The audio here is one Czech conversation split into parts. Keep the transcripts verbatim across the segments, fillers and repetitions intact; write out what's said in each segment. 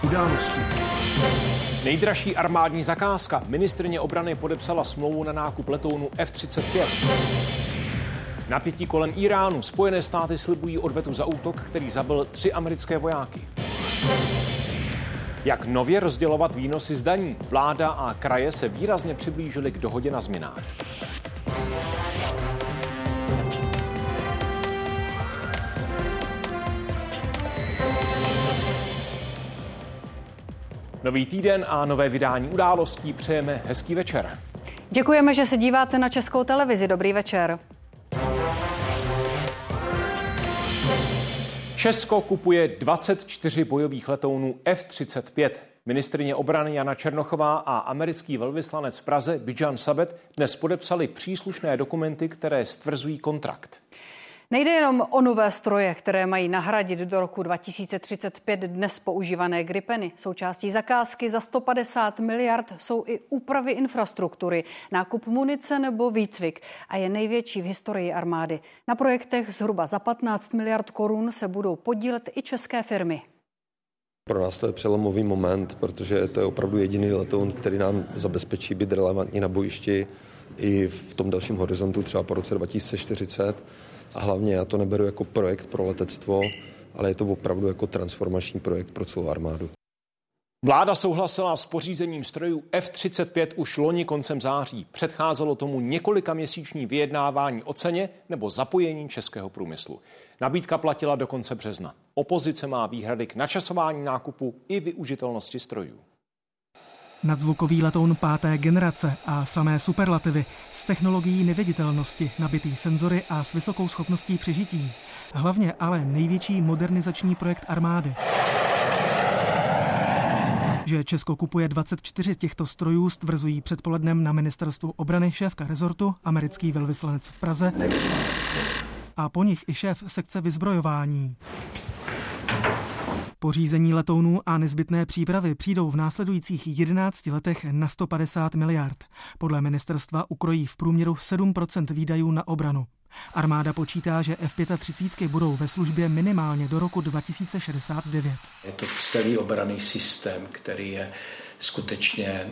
Události. Nejdražší armádní zakázka. Ministryně obrany podepsala smlouvu na nákup letounu F třicet pět. Napětí kolem Íránu. Spojené státy slibují odvetu za útok, který zabil tři americké vojáky. Jak nově rozdělovat výnosy z daní? Vláda a kraje se výrazně přiblížily k dohodě na změnách. Nový týden a nové vydání Událostí přejeme hezký večer. Děkujeme, že se díváte na Českou televizi. Dobrý večer. Česko kupuje dvacet čtyři bojových letounů F třicet pět. Ministryně obrany Jana Černochová a americký velvyslanec v Praze Bijan Sabet dnes podepsali příslušné dokumenty, které stvrzují kontrakt. Nejde jenom o nové stroje, které mají nahradit do roku dva tisíce třicet pět dnes používané Gripeny. Součástí zakázky za sto padesát miliard jsou i úpravy infrastruktury, nákup munice nebo výcvik a je největší v historii armády. Na projektech zhruba za patnáct miliard korun se budou podílet i české firmy. Pro nás to je přelomový moment, protože to je opravdu jediný letoun, který nám zabezpečí být relevantní na bojišti i v tom dalším horizontu, třeba po roce dva tisíce čtyřicet. A hlavně já to neberu jako projekt pro letectvo, ale je to opravdu jako transformační projekt pro celou armádu. Vláda souhlasila s pořízením strojů F třicet pět už loni koncem září. Předcházelo tomu několika měsíční vyjednávání o ceně nebo zapojení českého průmyslu. Nabídka platila do konce března. Opozice má výhrady k načasování nákupu i využitelnosti strojů. Nadzvukový letoun páté generace a samé superlativy s technologií neviditelnosti, nabitý senzory a s vysokou schopností přežití. Hlavně ale největší modernizační projekt armády. Že Česko kupuje dvacet čtyři těchto strojů, stvrzují předpolednem na ministerstvu obrany šéfka rezortu, americký velvyslanec v Praze a po nich i šéf sekce vyzbrojování. Pořízení letounů a nezbytné přípravy přijdou v následujících jedenácti letech na sto padesát miliard. Podle ministerstva ukrojí v průměru sedm procent výdajů na obranu. Armáda počítá, že F třicet pět budou ve službě minimálně do roku dva tisíce šedesát devět. Je to celý obranný systém, který je skutečně e,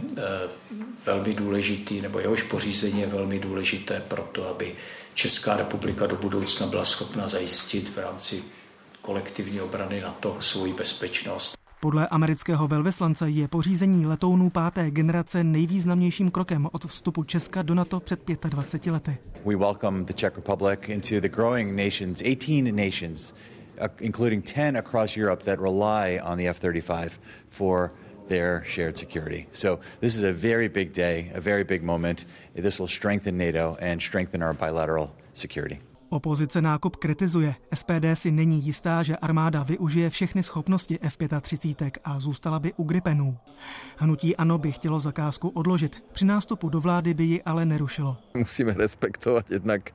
velmi důležitý, nebo jehož pořízení je velmi důležité pro to, aby Česká republika do budoucna byla schopna zajistit v rámci kolektivní obrany NATO svoji bezpečnost. Podle amerického velvyslance je pořízení letounů páté generace nejvýznamnějším krokem od vstupu Česka do NATO před dvaceti pěti lety. We welcome the Czech Republic into the growing nations, eighteen nations, including ten across Europe that rely on the F thirty-five for their shared security. So this is a very big day, a very big moment. This will strengthen NATO and strengthen our bilateral security. Opozice nákup kritizuje. S P D si není jistá, že armáda využije všechny schopnosti F třicet pět a zůstala by u Gripenů. Hnutí ANO by chtělo zakázku odložit. Při nástupu do vlády by ji ale nerušilo. Musíme respektovat jednak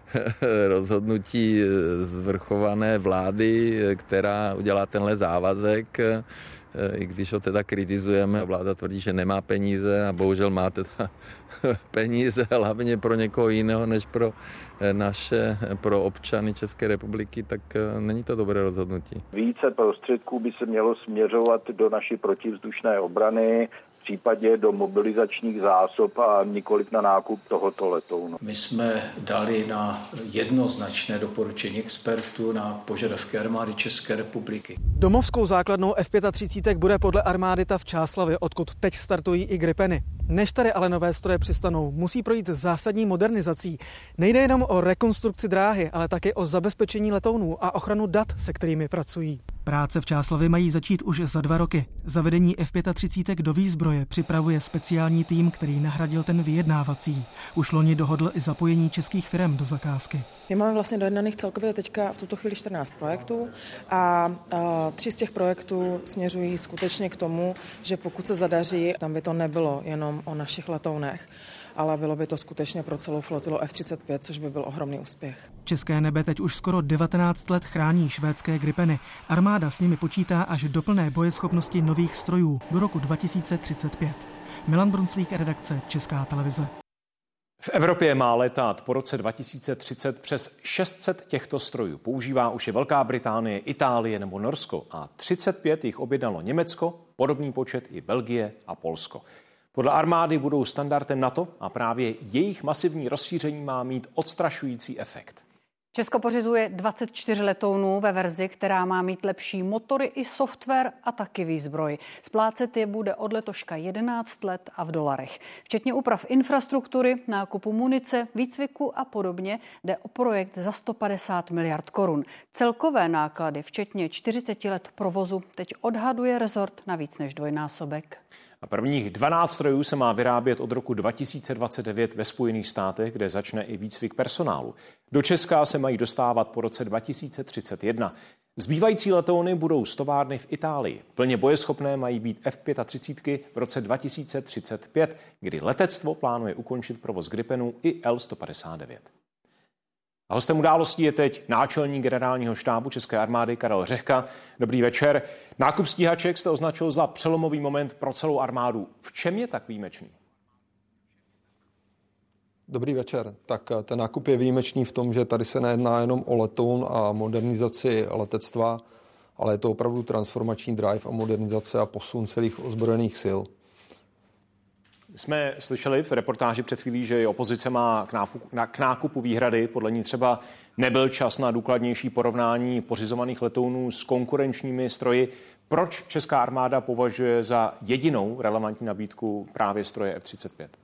rozhodnutí zvrchované vlády, která udělá tenhle závazek. I když ho teda kritizujeme, vláda tvrdí, že nemá peníze a bohužel má teda peníze hlavně pro někoho jiného než pro naše, pro občany České republiky, tak není to dobré rozhodnutí. Více prostředků by se mělo směřovat do naší protivzdušné obrany, v případě do mobilizačních zásob a nikoliv na nákup tohoto letounu. My jsme dali na jednoznačné doporučení expertů na požadavky armády České republiky. Domovskou základnou F třicet pět bude podle armády ta v Čáslavi, odkud teď startují i Gripeny. Než tady ale nové stroje přistanou, musí projít zásadní modernizací. Nejde jenom o rekonstrukci dráhy, ale také o zabezpečení letounů a ochranu dat, se kterými pracují. Práce v Čáslavi mají začít už za dva roky. Zavedení F třicet pět do výzbroje připravuje speciální tým, který nahradil ten vyjednávací. Už loni dohodl i zapojení českých firem do zakázky. My máme vlastně dojednaných celkově teďka v tuto chvíli čtrnáct projektů a, a tři z těch projektů směřují skutečně k tomu, že pokud se zadaří, tam by to nebylo jenom o našich letounech, ale bylo by to skutečně pro celou flotilu F třicet pět, což by byl ohromný úspěch. České nebe teď už skoro devatenáct let chrání švédské Gripeny. Armáda s nimi počítá až do plné bojeschopnosti nových strojů do roku dva tisíce třicet pět. Milan Brunclík, redakce Česká televize. V Evropě má letat po roce dva tisíce třicet přes šest set těchto strojů. Používá už je Velká Británie, Itálie nebo Norsko a třicet pět jich objednalo Německo, podobný počet i Belgie a Polsko. Podle armády budou standardem NATO a právě jejich masivní rozšíření má mít odstrašující efekt. Česko pořizuje dvacet čtyři letounů ve verzi, která má mít lepší motory i software a taky výzbroj. Splácet je bude od letoška jedenáct let a v dolarech. Včetně úprav infrastruktury, nákupu munice, výcviku a podobně jde o projekt za sto padesát miliard korun. Celkové náklady, včetně čtyřicet let provozu, teď odhaduje rezort na víc než dvojnásobek. A prvních dvanáct strojů se má vyrábět od roku dva tisíce dvacet devět ve Spojených státech, kde začne i výcvik personálu. Do Česka se mají dostávat po roce dva tisíce třicet jedna. Zbývající letouny budou z továrny v Itálii. Plně bojeschopné mají být F třicet pět v roce dva tisíce třicet pět, kdy letectvo plánuje ukončit provoz Gripenů i L sto padesát devět. A hostem událostí je teď náčelník generálního štábu České armády Karel Řehka. Dobrý večer. Nákup stíhaček jste označil za přelomový moment pro celou armádu. V čem je tak výjimečný? Dobrý večer. Tak ten nákup je výjimečný v tom, že tady se nejedná jenom o letoun a modernizaci letectva, ale je to opravdu transformační drive a modernizace a posun celých ozbrojených sil. Jsme slyšeli v reportáži před chvílí, že opozice má k nákupu, k nákupu výhrady. Podle ní třeba nebyl čas na důkladnější porovnání pořizovaných letounů s konkurenčními stroji. Proč česká armáda považuje za jedinou relevantní nabídku právě stroje F třicet pět?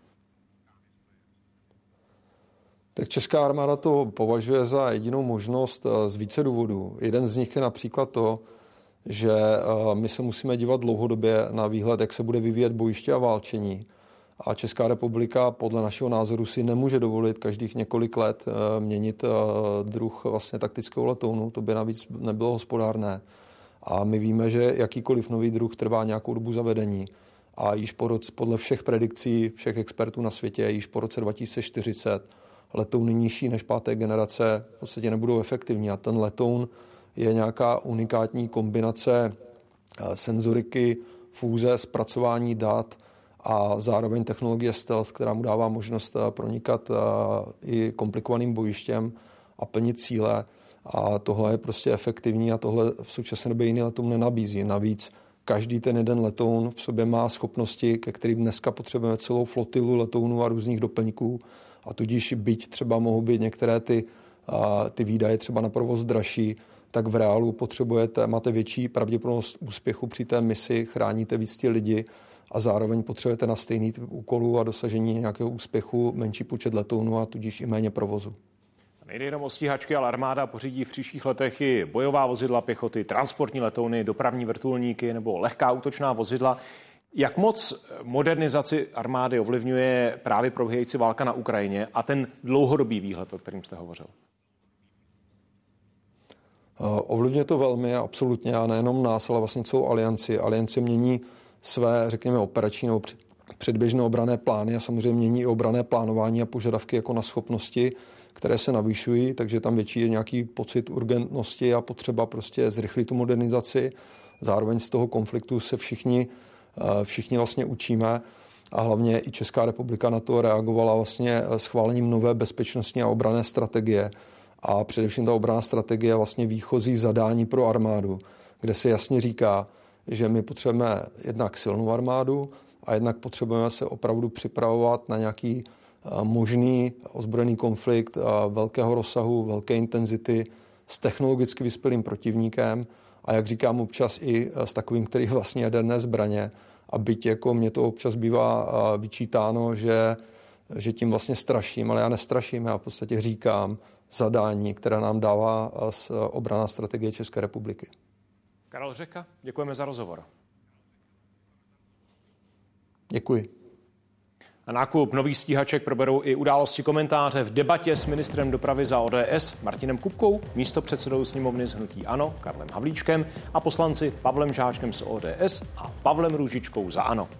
Tak česká armáda to považuje za jedinou možnost z více důvodů. Jeden z nich je například to, že my se musíme dívat dlouhodobě na výhled, jak se bude vyvíjet bojiště a válčení. A Česká republika podle našeho názoru si nemůže dovolit každých několik let měnit druh vlastně taktického letounu. To by navíc nebylo hospodárné. A my víme, že jakýkoliv nový druh trvá nějakou dobu zavedení. A již po roce, podle všech predikcí všech expertů na světě, již po roce dva tisíce čtyřicet letouny nižší než páté generace v podstatě nebudou efektivní. A ten letoun je nějaká unikátní kombinace senzoriky, fúze, zpracování dat a zároveň technologie stealth, která mu dává možnost pronikat i komplikovaným bojištěm a plnit cíle. A tohle je prostě efektivní a tohle v současné době jiný letoun nenabízí. Navíc každý ten jeden letoun v sobě má schopnosti, ke kterým dneska potřebujeme celou flotilu letounů a různých doplňků. A tudíž byť třeba mohou být některé ty, ty výdaje třeba na provoz dražší, tak v reálu potřebujete, máte větší pravděpodobnost úspěchu při té misi, chráníte víc ti lidi a zároveň potřebujete na stejný typ úkolů a dosažení nějakého úspěchu menší počet letounů a tudíž i méně provozu. Nejde jenom o stíhačky, ale armáda pořídí v příštích letech i bojová vozidla pěchoty, transportní letouny, dopravní vrtulníky nebo lehká útočná vozidla. Jak moc modernizaci armády ovlivňuje právě probíhající válka na Ukrajině a ten dlouhodobý výhled, o kterém jste hovořil? Ovlivňuje to velmi, absolutně, a nejenom nás, ale vlastně celou alianci. Aliance mění své, řekněme, operační nebo předběžné obranné plány a samozřejmě mění i obranné plánování a požadavky jako na schopnosti, které se navýšují, takže tam větší je nějaký pocit urgentnosti a potřeba prostě zrychlit tu modernizaci. Zároveň z toho konfliktu se všichni, všichni vlastně učíme a hlavně i Česká republika na to reagovala vlastně schválením nové bezpečnostní a obranné strategie. A především ta obranná strategie je vlastně výchozí zadání pro armádu, kde se jasně říká, že my potřebujeme jednak silnou armádu a jednak potřebujeme se opravdu připravovat na nějaký možný ozbrojený konflikt velkého rozsahu, velké intenzity s technologicky vyspělým protivníkem a jak říkám občas i s takovým, který je vlastně jaderné zbraně. A byť jako mě to občas bývá vyčítáno, že, že tím vlastně straším, ale já nestraším, já v podstatě říkám zadání, které nám dává obranná strategie České republiky. Karel Řehka, děkujeme za rozhovor. Děkuji. A nákup nových stíhaček proberou i události komentáře v debatě s ministrem dopravy za O D S Martinem Kupkou, místopředsedou sněmovny z hnutí ANO Karlem Havlíčkem a poslanci Pavlem Žáčkem z O D S a Pavlem Růžičkou za ANO.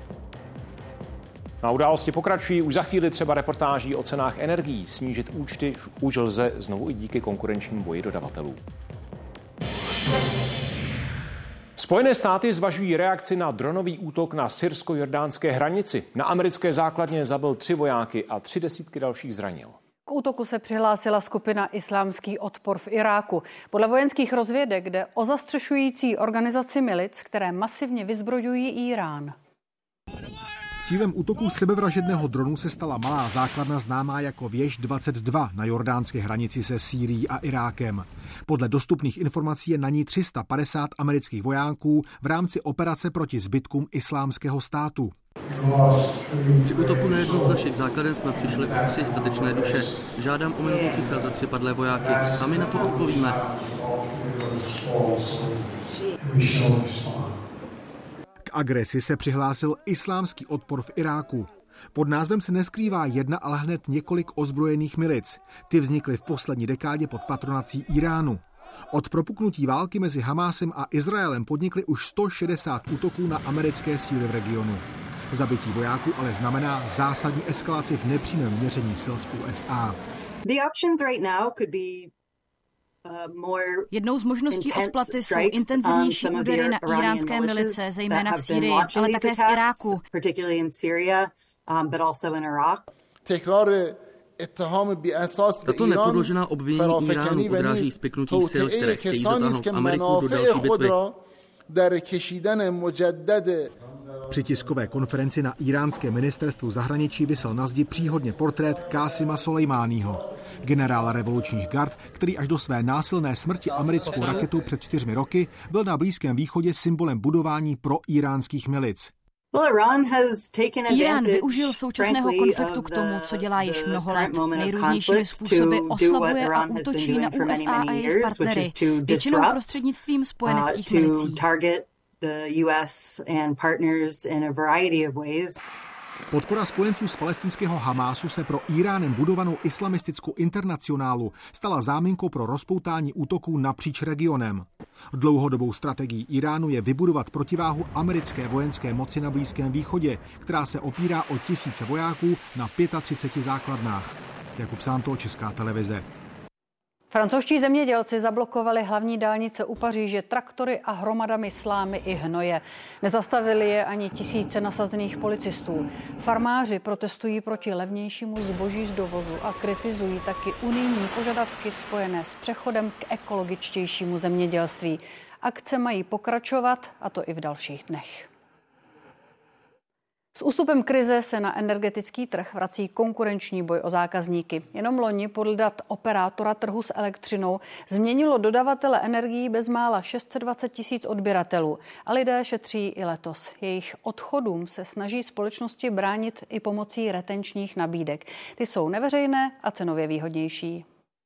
Na události pokračují už za chvíli třeba reportáží o cenách energií. Snížit účty už lze znovu i díky konkurenčnímu boji dodavatelů. Spojené státy zvažují reakci na dronový útok na syrsko-jordánské hranici. Na americké základně zabil tři vojáky a tři desítky dalších zranil. K útoku se přihlásila skupina Islámský odpor v Iráku. Podle vojenských rozvědek jde o zastřešující organizaci milic, které masivně vyzbrojují Írán. Cílem útoku sebevražedného dronu se stala malá základna známá jako Věž dvacet dva na jordánské hranici se Sýrií a Irákem. Podle dostupných informací je na ní tři sta padesát amerických vojáků v rámci operace proti zbytkům Islámského státu. Při útoku na jednu z našich základen jsme přišli o tři statečné duše. Žádám o minutu ticha za tři padlé vojáky a my na to odpovíme. K agresi se přihlásil Islámský odpor v Iráku. Pod názvem se neskrývá jedna, ale hned několik ozbrojených milic. Ty vznikly v poslední dekádě pod patronací Iránu. Od propuknutí války mezi Hamásem a Izraelem podnikli už sto šedesát útoků na americké síly v regionu. Zabití vojáků ale znamená zásadní eskalaci v nepřímém měření sil z U S A. Jednou z možností odplaty jsou intenzivnější údery na iránské milice, zejména v Sýrii, ale také v Iráku. Tato nepodložená obvinění Iránu odráží spiknutí sil, které chtějí zatáhnout Ameriku do další bitvy. Při tiskové konferenci na iránském ministerstvu zahraničí visel na zdi příhodně portrét Kásima Solejmáního, generála revolučních gard, který až do své násilné smrti americkou raketou před čtyřmi roky byl na Blízkém východě symbolem budování pro iránských milic. Irán využil současného konfliktu k tomu, co dělá již mnoho let. Nejrůznějšími způsoby oslabuje a útočí na U S A a jejich partnery, většinou prostřednictvím spojeneckých milicí. Podpora spojenců z palestinského Hamásu se pro Iránem budovanou islamistickou internacionálu stala záminkou pro rozpoutání útoků napříč regionem. Dlouhodobou strategií Iránu je vybudovat protiváhu americké vojenské moci na Blízkém východě, která se opírá o tisíce vojáků na třiceti pěti základnách. Jakub Sánto, Česká televize. Francouzští zemědělci zablokovali hlavní dálnice u Paříže traktory a hromadami slámy i hnoje. Nezastavili je ani tisíce nasazených policistů. Farmáři protestují proti levnějšímu zboží z dovozu a kritizují taky unijní požadavky spojené s přechodem k ekologičtějšímu zemědělství. Akce mají pokračovat, a to i v dalších dnech. S ústupem krize se na energetický trh vrací konkurenční boj o zákazníky. Jenom loni podle dat operátora trhu s elektřinou změnilo dodavatele energií bezmála šest set dvacet tisíc odběratelů. A lidé šetří i letos. Jejich odchodům se snaží společnosti bránit i pomocí retenčních nabídek. Ty jsou neveřejné a cenově výhodnější.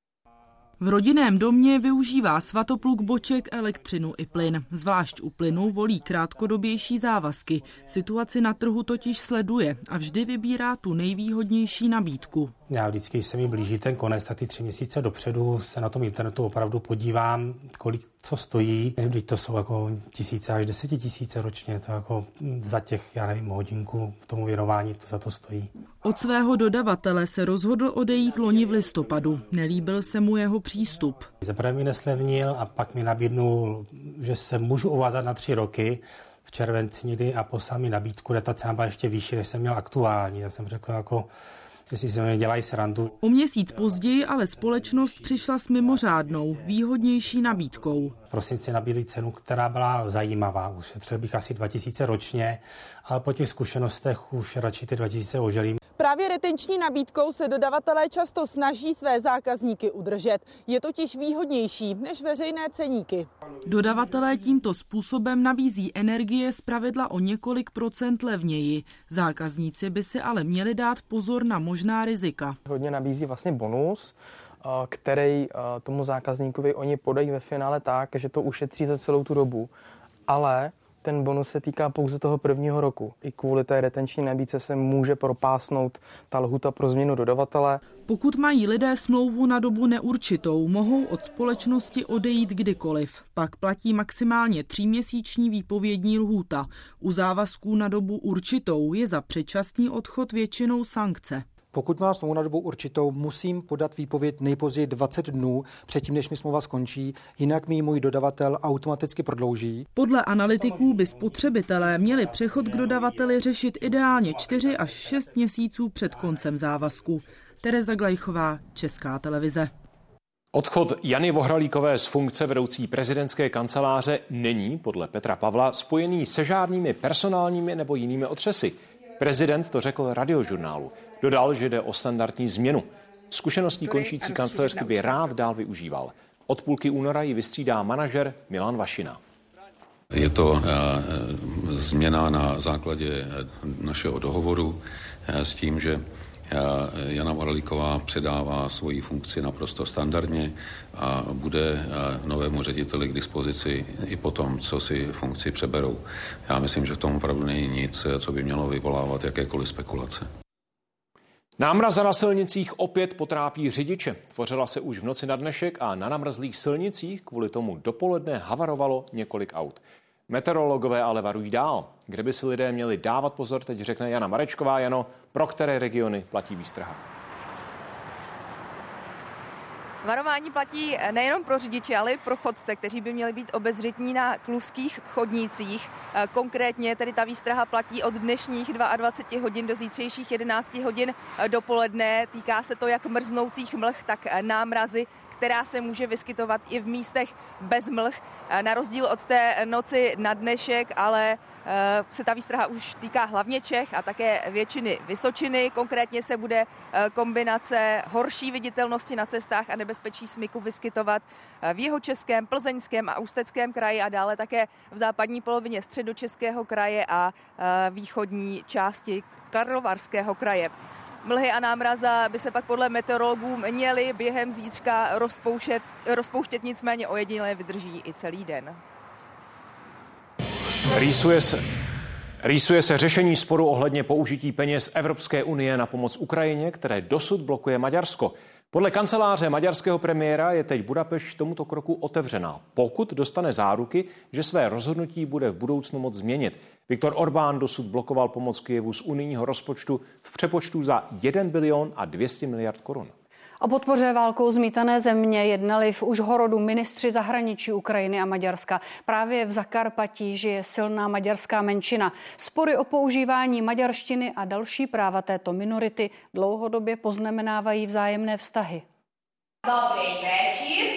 V rodinném domě využívá Svatopluk Boček elektřinu i plyn. Zvlášť u plynu volí krátkodobější závazky. Situaci na trhu totiž sleduje a vždy vybírá tu nejvýhodnější nabídku. Já vždycky, když se mi blíží ten konec, tak ty tři měsíce dopředu se na tom internetu opravdu podívám, kolik co stojí. Když to jsou jako tisíce až desetitisíce ročně, to jako za těch, já nevím, hodinku v tomu věnování to za to stojí. Od svého dodavatele se rozhodl odejít loni v listopadu. Nelíbil se mu jeho přístup. Zaprvé mi neslevnil a pak mi nabídnul, že se můžu uvázat na tři roky v červenci někdy a poslal mi nabídku, kde ta cena byla ještě vyšší, než jsem měl aktuální. Já jsem řekl jako, jestli se mi dělají srandu. O měsíc později ale společnost přišla s mimořádnou, výhodnější nabídkou. V prosinci nabídli cenu, která byla zajímavá. Ušetřil bych asi dva tisíce ročně, ale po těch zkušenostech už radši ty dva tisíce oželím. Právě retenční nabídkou se dodavatelé často snaží své zákazníky udržet. Je totiž výhodnější než veřejné ceníky. Dodavatelé tímto způsobem nabízí energie zpravidla o několik procent levněji. Zákazníci by si ale měli dát pozor na možná rizika. Hodně nabízí vlastně bonus, který tomu zákazníkovi oni podají ve finále tak, že to ušetří za celou tu dobu, ale ten bonus se týká pouze toho prvního roku. I kvůli té retenční nabídce se může propásnout ta lhůta pro změnu dodavatele. Pokud mají lidé smlouvu na dobu neurčitou, mohou od společnosti odejít kdykoliv. Pak platí maximálně tříměsíční výpovědní lhůta. U závazků na dobu určitou je za předčasný odchod většinou sankce. Pokud mám smlouvu na dobu určitou, musím podat výpověď nejpozději dvacet dnů předtím, než mi smlouva skončí, jinak mi můj dodavatel automaticky prodlouží. Podle analytiků by spotřebitelé měli přechod k dodavateli řešit ideálně čtyři až šest měsíců před koncem závazku. Tereza Glejchová, Česká televize. Odchod Jany Vohralíkové z funkce vedoucí prezidentské kanceláře není podle Petra Pavla spojený se žádnými personálními nebo jinými otřesy. Prezident to řekl Radiožurnálu. Dodal, že jde o standardní změnu. Zkušeností končící kancléřky by rád dál využíval. Od půlky února ji vystřídá manažer Milan Vašina. Je to změna na základě našeho dohovoru s tím, že Jana Vohralíková předává svoji funkci naprosto standardně a bude novému řediteli k dispozici i potom, co si funkci přeberou. Já myslím, že v tom opravdu není nic, co by mělo vyvolávat jakékoliv spekulace. Námraza na silnicích opět potrápí řidiče. Tvořila se už v noci na dnešek a na namrzlých silnicích kvůli tomu dopoledne havarovalo několik aut. Meteorologové ale varují dál. Kde by si lidé měli dávat pozor, teď řekne Jana Marečková. Jano, pro které regiony platí výstraha? Varování platí nejenom pro řidiče, ale i pro chodce, kteří by měli být obezřetní na kluzkých chodnících. Konkrétně tedy ta výstraha platí od dnešních dvacet dva hodin do zítřejších jedenáct hodin dopoledne. Týká se to jak mrznoucích mlh, tak námrazy, která se může vyskytovat i v místech bez mlh. Na rozdíl od té noci na dnešek, ale se ta výstraha už týká hlavně Čech a také většiny Vysočiny. Konkrétně se bude kombinace horší viditelnosti na cestách a nebezpečí smyku vyskytovat v Jihočeském, Plzeňském a Ústeckém kraji a dále také v západní polovině Středočeského kraje a východní části Karlovarského kraje. Mlhy a námraza by se pak podle meteorologů měly během zítřka rozpouštět, rozpouštět, nicméně ojediněle vydrží i celý den. Rýsuje se, rýsuje se řešení sporu ohledně použití peněz Evropské unie na pomoc Ukrajině, které dosud blokuje Maďarsko. Podle kanceláře maďarského premiéra je teď Budapešť tomuto kroku otevřená, pokud dostane záruky, že své rozhodnutí bude v budoucnu moct změnit. Viktor Orbán dosud blokoval pomoc Kyjevu z unijního rozpočtu v přepočtu za jeden bilion a dvě stě miliard korun. O podpoře válkou zmítané země jednali v Užhorodu ministři zahraničí Ukrajiny a Maďarska. Právě v Zakarpatí žije silná maďarská menšina. Spory o používání maďarštiny a další práva této minority dlouhodobě poznamenávají vzájemné vztahy. Dobrý večer.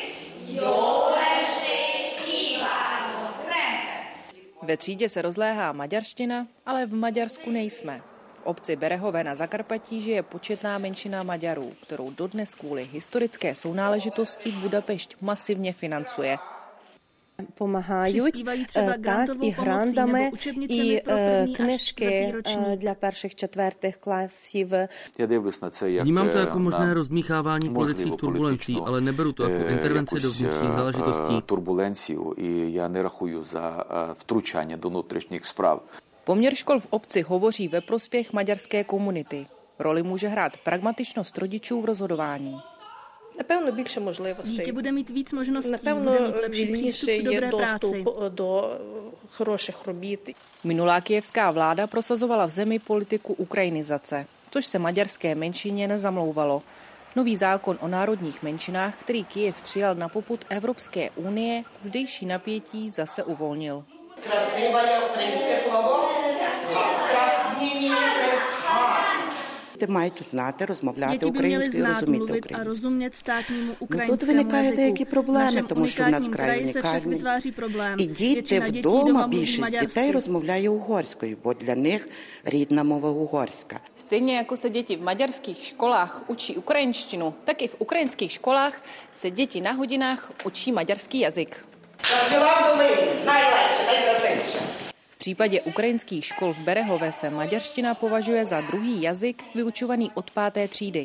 Ve třídě se rozléhá maďarština, ale v Maďarsku nejsme. V obci Berehové na Zakarpatí žije početná menšina Maďarů, kterou dodnes kvůli historické sounáležitosti Budapešť masivně financuje. Pomáhají tak i grantami, i knižky dla prvních čtvrtých klasů. Vnímám to jako možné rozmíchávání politických turbulencí, ale neberu to jako intervenci do vnitřních záležitostí. Já nerachuju za vtručání do vnitřních zpráv. Poměr škol v obci hovoří ve prospěch maďarské komunity. Roli může hrát pragmatičnost rodičů v rozhodování. Napevno bільше можливостей. Dítě bude mít víc možností, Напевно, bude mít lepší přístup k dobré práci. До хороших робіт. Minulá kyjevská vláda prosazovala v zemi politiku ukrajinizace, což se maďarské menšině nezamlouvalo. Nový zákon o národních menšinách, který Kyjev přijal na popud Evropské unie, zdejší napětí zase uvolnil. Красиве українське слово. Красні. Мають знати, розмовляти українською і розуміти українською. A rozumět státnímu ukrajinskému Тут виникають jazyku. деякі проблеми, тому що в нас край унікальний. І діти вдома, більшість дітей розмовляє угорською, бо для них рідна мова угорська. Stejně jako se děti v maďarských školách učí ukrajinštinu, tak i v ukrajinských školách se děti na hodinách učí maďarský jazyk. V případě ukrajinských škol v Berehové se maďarština považuje za druhý jazyk vyučovaný od páté třídy.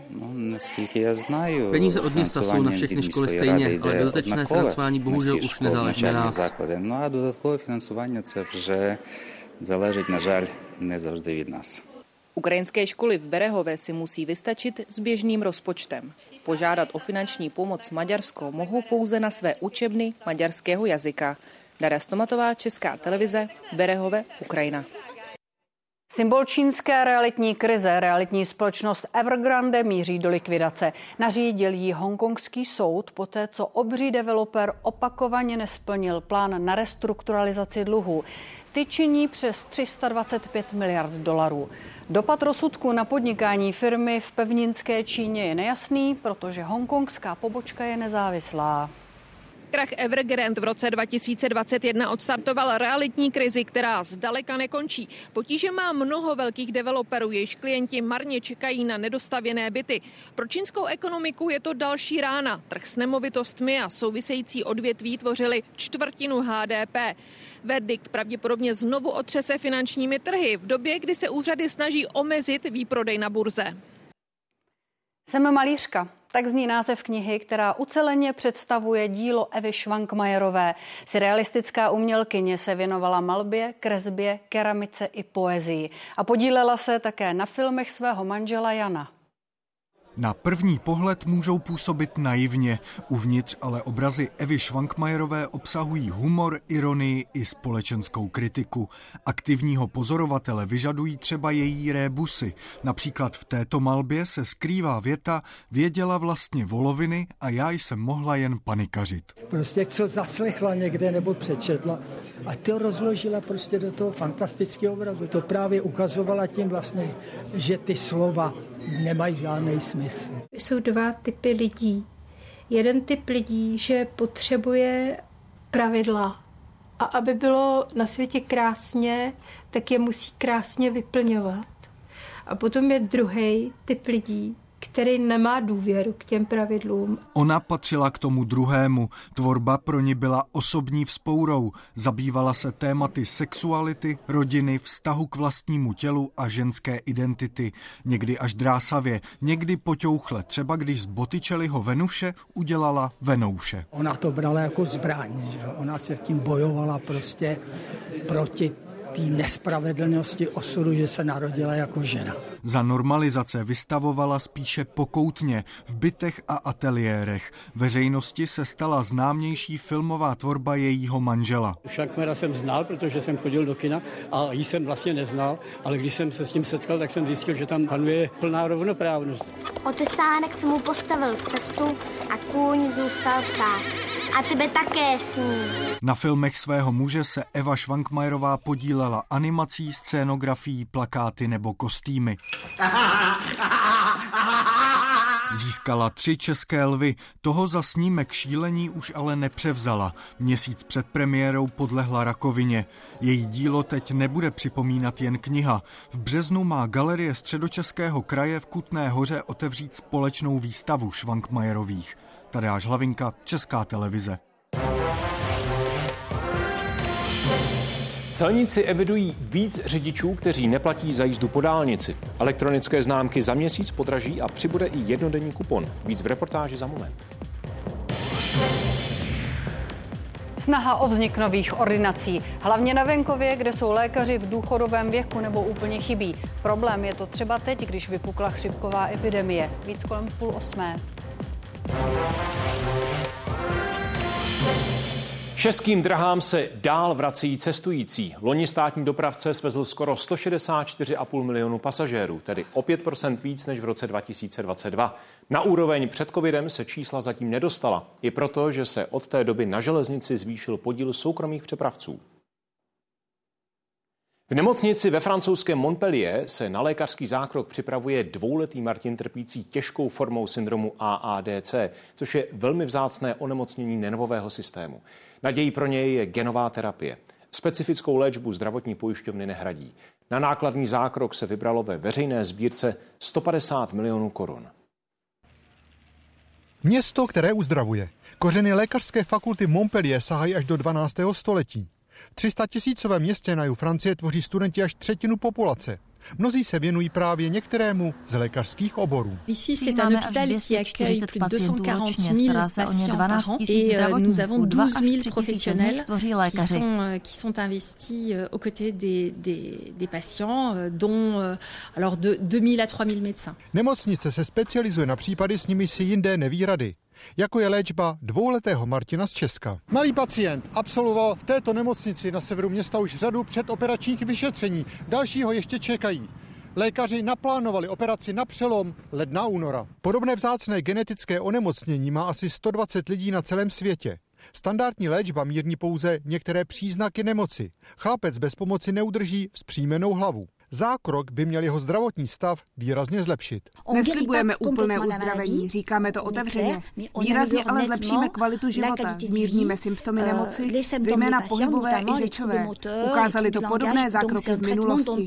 Peníze od města jsou na všechny školy stejně, ale dodatečné financování bohužel už nezáleží na nás. No a dodatkové financování це вже залежить, на жаль, не завжди від нас. Ukrajinské školy v Berehové si musí vystačit s běžným rozpočtem. Požádat o finanční pomoc Maďarsko mohou pouze na své učebny maďarského jazyka. Daria Stomatová, Česká televize, Berehove, Ukrajina. Symbol čínské realitní krize, realitní společnost Evergrande míří do likvidace. Nařídil jí hongkongský soud poté, co obří developer opakovaně nesplnil plán na restrukturalizaci dluhů. Ty činí přes tři sta dvacet pět miliard dolarů. Dopad rozsudku na podnikání firmy v pevninské Číně je nejasný, protože hongkongská pobočka je nezávislá. Krach Evergrande v roce dva tisíce dvacet jedna odstartoval realitní krizi, která zdaleka nekončí. Potíže má mnoho velkých developerů, jejichž klienti marně čekají na nedostavěné byty. Pro čínskou ekonomiku je to další rána. Trh s nemovitostmi a související odvětví tvořily čtvrtinu H D P. Verdikt pravděpodobně znovu otřese finančními trhy v době, kdy se úřady snaží omezit výprodej na burze. Jsem malířka. Tak zní název knihy, která uceleně představuje dílo Evy Švankmajerové. Surrealistická umělkyně se věnovala malbě, kresbě, keramice i poezii. A podílela se také na filmech svého manžela Jana. Na první pohled můžou působit naivně, uvnitř ale obrazy Evy Švankmajerové obsahují humor, ironii i společenskou kritiku. Aktivního pozorovatele vyžadují třeba její rébusy. Například v této malbě se skrývá věta: věděla vlastně voloviny a já jsem mohla jen panikařit. Prostě co zaslechla někde nebo přečetla a to rozložila prostě do toho fantastického obrazu. To právě ukazovala tím vlastně, že ty slova nemají žádný smysl. Jsou dva typy lidí. Jeden typ lidí, že potřebuje pravidla a aby bylo na světě krásně, tak je musí krásně vyplňovat. A potom je druhý typ lidí, který nemá důvěru k těm pravidlům. Ona patřila k tomu druhému. Tvorba pro ní byla osobní vzpourou. Zabývala se tématy sexuality, rodiny, vztahu k vlastnímu tělu a ženské identity. Někdy až drásavě, někdy poťouchle. Třeba když z Botticelliho Venuše udělala Venouše. Ona to brala jako zbraň. Že? Ona se tím bojovala prostě proti té nespravedlnosti osudu, že se narodila jako žena. Za normalizace vystavovala spíše pokoutně v bytech a ateliérech. Veřejnosti se stala známější filmová tvorba jejího manžela. Švankmajera jsem znal, protože jsem chodil do kina a jí jsem vlastně neznal, ale když jsem se s tím setkal, tak jsem zjistil, že tam panuje plná rovnoprávnost. Otesánek se mu postavil v cestu a kůň zůstal stát. A tebe také s ním. Na filmech svého muže se Eva Švankmajerová podílela animací, scénografií, plakáty nebo kostýmy. Získala tři české lvy, toho za snímek Šílení už ale nepřevzala. Měsíc před premiérou podlehla rakovině. Její dílo teď nebude připomínat jen kniha. V březnu má Galerie Středočeského kraje v Kutné Hoře otevřít společnou výstavu Švankmajerových. Tadeáš Hlavinka, Česká televize. Celníci evidují víc řidičů, kteří neplatí za jízdu po dálnici. Elektronické známky za měsíc podraží a přibude i jednodenní kupon. Víc v reportáži za moment. Snaha o vznik nových ordinací, hlavně na venkově, kde jsou lékaři v důchodovém věku nebo úplně chybí. Problém je to třeba teď, když vypukla chřipková epidemie. Víc kolem půl osmé. Českým drahám se dál vracejí cestující. Loni státní dopravce svezl skoro sto šedesát čtyři a půl milionu pasažérů, tedy o pět procent víc než v roce dva tisíce dvacet dva. Na úroveň před covidem se čísla zatím nedostala. I proto, že se od té doby na železnici zvýšil podíl soukromých přepravců. V nemocnici ve francouzském Montpellier se na lékařský zákrok připravuje dvouletý Martin trpící těžkou formou syndromu A A D C, což je velmi vzácné onemocnění nervového systému. Nadějí pro něj je genová terapie. Specifickou léčbu zdravotní pojišťovny nehradí. Na nákladný zákrok se vybralo ve veřejné sbírce sto padesát milionů korun. Město, které uzdravuje. Kořeny lékařské fakulty Montpellier sahají až do dvanáctého století. V tři sta tisícovém městě na jihu Francie tvoří studenti až třetinu populace. Mnozí se věnují právě některému z lékařských oborů. Ici c'est un hôpital qui accueille plus de deux cent quarante mille patients par an et nous avons douze mille professionnels qui sont qui sont investis aux côtés des des des patients dont alors de deux mille à trois mille médecins. Nemocnice se specializuje na případy, s nimi si jindé neví rady. jako je léčba dvouletého Martina z Česka. Malý pacient absolvoval v této nemocnici na severu města už řadu předoperačních vyšetření. Dalšího ještě čekají. Lékaři naplánovali operaci na přelom ledna února. Podobné vzácné genetické onemocnění má asi sto dvacet lidí na celém světě. Standardní léčba mírní pouze některé příznaky nemoci. Chlapec bez pomoci neudrží vzpřímenou hlavu. Zákrok by měl jeho zdravotní stav výrazně zlepšit. Neslibujeme úplné uzdravení, říkáme to otevřeně. Výrazně ale zlepšíme kvalitu života, zmírníme symptomy nemoci, zejména pohybové i řečové. Ukázali to podobné zákroky v minulosti.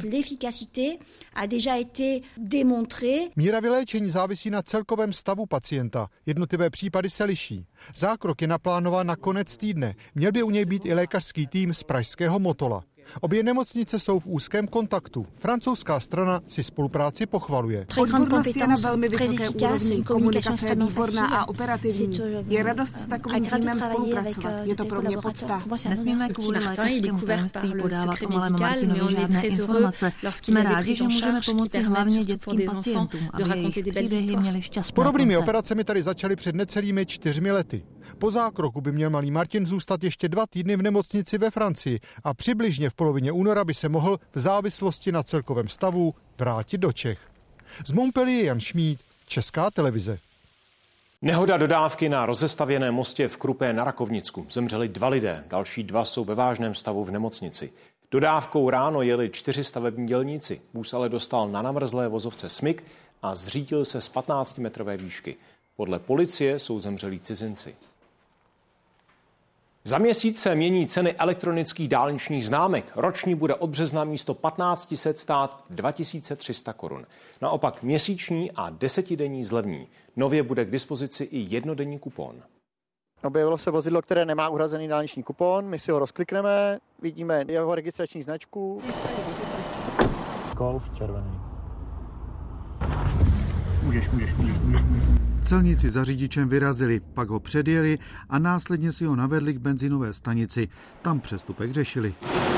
Míra vyléčení závisí na celkovém stavu pacienta. Jednotlivé případy se liší. Zákrok je naplánován na konec týdne. Měl by u něj být i lékařský tým z pražského Motola. Obě nemocnice jsou v úzkém kontaktu. Francouzská strana si spolupráci pochvaluje. Odbornost je na velmi vysoké úrovni, komunikace je výborná a operativní. Je radost s takovým týmem spolupracovat. Je to pro mě podsta. Nesmíme kvůli lékařskému tajemství podávat o malém Martinovi žádné informace. Jsme rádi, že můžeme pomoci hlavně dětským pacientům, aby jejich příběhy měly šťastné. S podobnými operacemi tady začaly před necelými čtyřmi lety. Po zákroku by měl malý Martin zůstat ještě dva týdny v nemocnici ve Francii a přibližně v polovině února by se mohl v závislosti na celkovém stavu vrátit do Čech. Z Montpellier Jan Šmíd, Česká televize. Nehoda dodávky na rozestavěném mostě v Krupé na Rakovnicku. Zemřeli dva lidé, další dva jsou ve vážném stavu v nemocnici. Dodávkou ráno jeli čtyři stavební dělníci. Vůz ale dostal na namrzlé vozovce smyk a zřítil se z patnáctimetrové výšky. Podle policie jsou zemřelí cizinci. Za měsíc se mění ceny elektronických dálničních známek. Roční bude od března místo patnáct set stát dva tisíce tři sta korun. Naopak měsíční a desetidenní zlevní. Nově bude k dispozici i jednodenní kupon. Objevilo se vozidlo, které nemá uhrazený dálniční kupon. My si ho rozklikneme, vidíme jeho registrační značku. Golf červený. Můžeš, můžeš, můžeš, můžeš. Celníci za řidičem vyrazili, pak ho předjeli a následně si ho navedli k benzinové stanici. Tam přestupek řešili.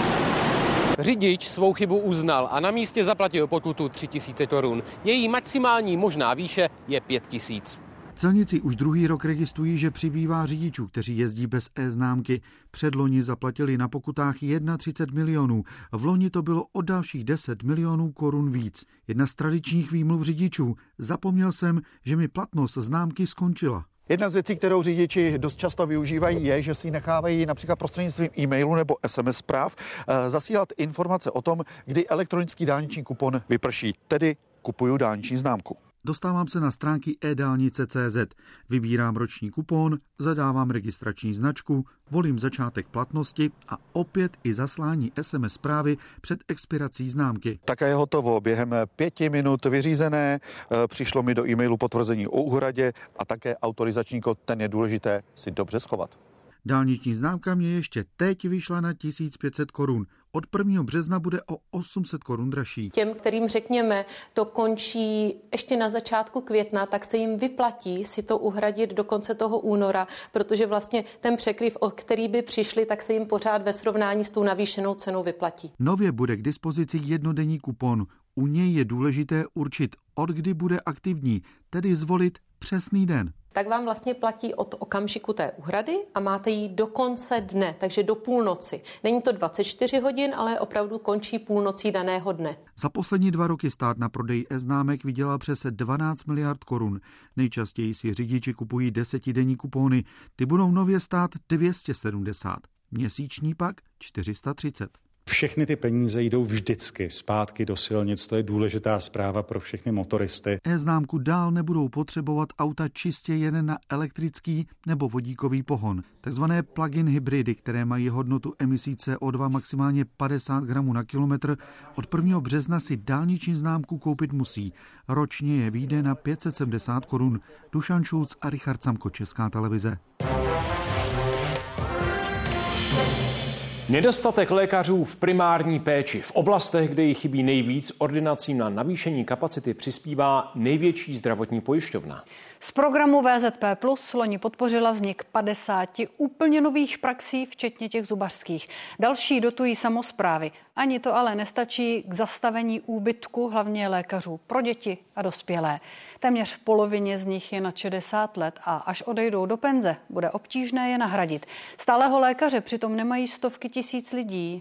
Řidič svou chybu uznal a na místě zaplatil pokutu tři tisíce korun. Její maximální možná výše je pět tisíc. Celníci už druhý rok registrují, že přibývá řidičů, kteří jezdí bez e-známky. Předloni zaplatili na pokutách třicet jedna milionů. V loni to bylo o dalších deset milionů korun víc. Jedna z tradičních výmluv řidičů. Zapomněl jsem, že mi platnost známky skončila. Jedna z věcí, kterou řidiči dost často využívají, je, že si nechávají například prostřednictvím e-mailu nebo es em es zpráv zasílat informace o tom, kdy elektronický dálniční kupon vyprší, tedy kupuju dálniční známku. Dostávám se na stránky e dálnice tečka cé zet, vybírám roční kupon, zadávám registrační značku, volím začátek platnosti a opět i zaslání es em es zprávy před expirací známky. Také je hotovo, během pěti minut vyřízené, přišlo mi do e-mailu potvrzení o úhradě a také autorizační kód, ten je důležité si dobře schovat. Dálniční známka mě ještě teď vyšla na tisíc pět set korun. Od prvního března bude o osm set korun dražší. Těm, kterým řekněme, to končí ještě na začátku května, tak se jim vyplatí si to uhradit do konce toho února, protože vlastně ten překryv, o který by přišli, tak se jim pořád ve srovnání s tou navýšenou cenou vyplatí. Nově bude k dispozici jednodenní kupon. U něj je důležité určit, od kdy bude aktivní, tedy zvolit přesný den. Tak vám vlastně platí od okamžiku té úhrady a máte ji do konce dne, takže do půlnoci. Není to dvacet čtyři hodin, ale opravdu končí půlnocí daného dne. Za poslední dva roky stát na prodej e-známek vydělal přes dvanáct miliard korun. Nejčastěji si řidiči kupují desetidenní kupóny. Ty budou nově stát dvě stě sedmdesát. Měsíční pak čtyři sta třicet. Všechny ty peníze jdou vždycky zpátky do silnic, to je důležitá zpráva pro všechny motoristy. E-známku dál nebudou potřebovat auta čistě jen na elektrický nebo vodíkový pohon. Takzvané plug-in hybridy, které mají hodnotu emisí C O dva maximálně padesát gramů na kilometr, od prvního března si dálniční známku koupit musí. Ročně je vyjde na pět set sedmdesát korun. Dušan Šulc a Richard Samko, Česká televize. Nedostatek lékařů v primární péči. V oblastech, kde jich chybí nejvíc, ordinacím na navýšení kapacity přispívá největší zdravotní pojišťovna. Z programu V Z P plus loni podpořila vznik padesáti úplně nových praxí, včetně těch zubařských. Další dotují samosprávy. Ani to ale nestačí k zastavení úbytku, hlavně lékařů pro děti a dospělé. Téměř polovině z nich je nad šedesát let a až odejdou do penze, bude obtížné je nahradit. Stálého lékaře přitom nemají stovky tisíc lidí.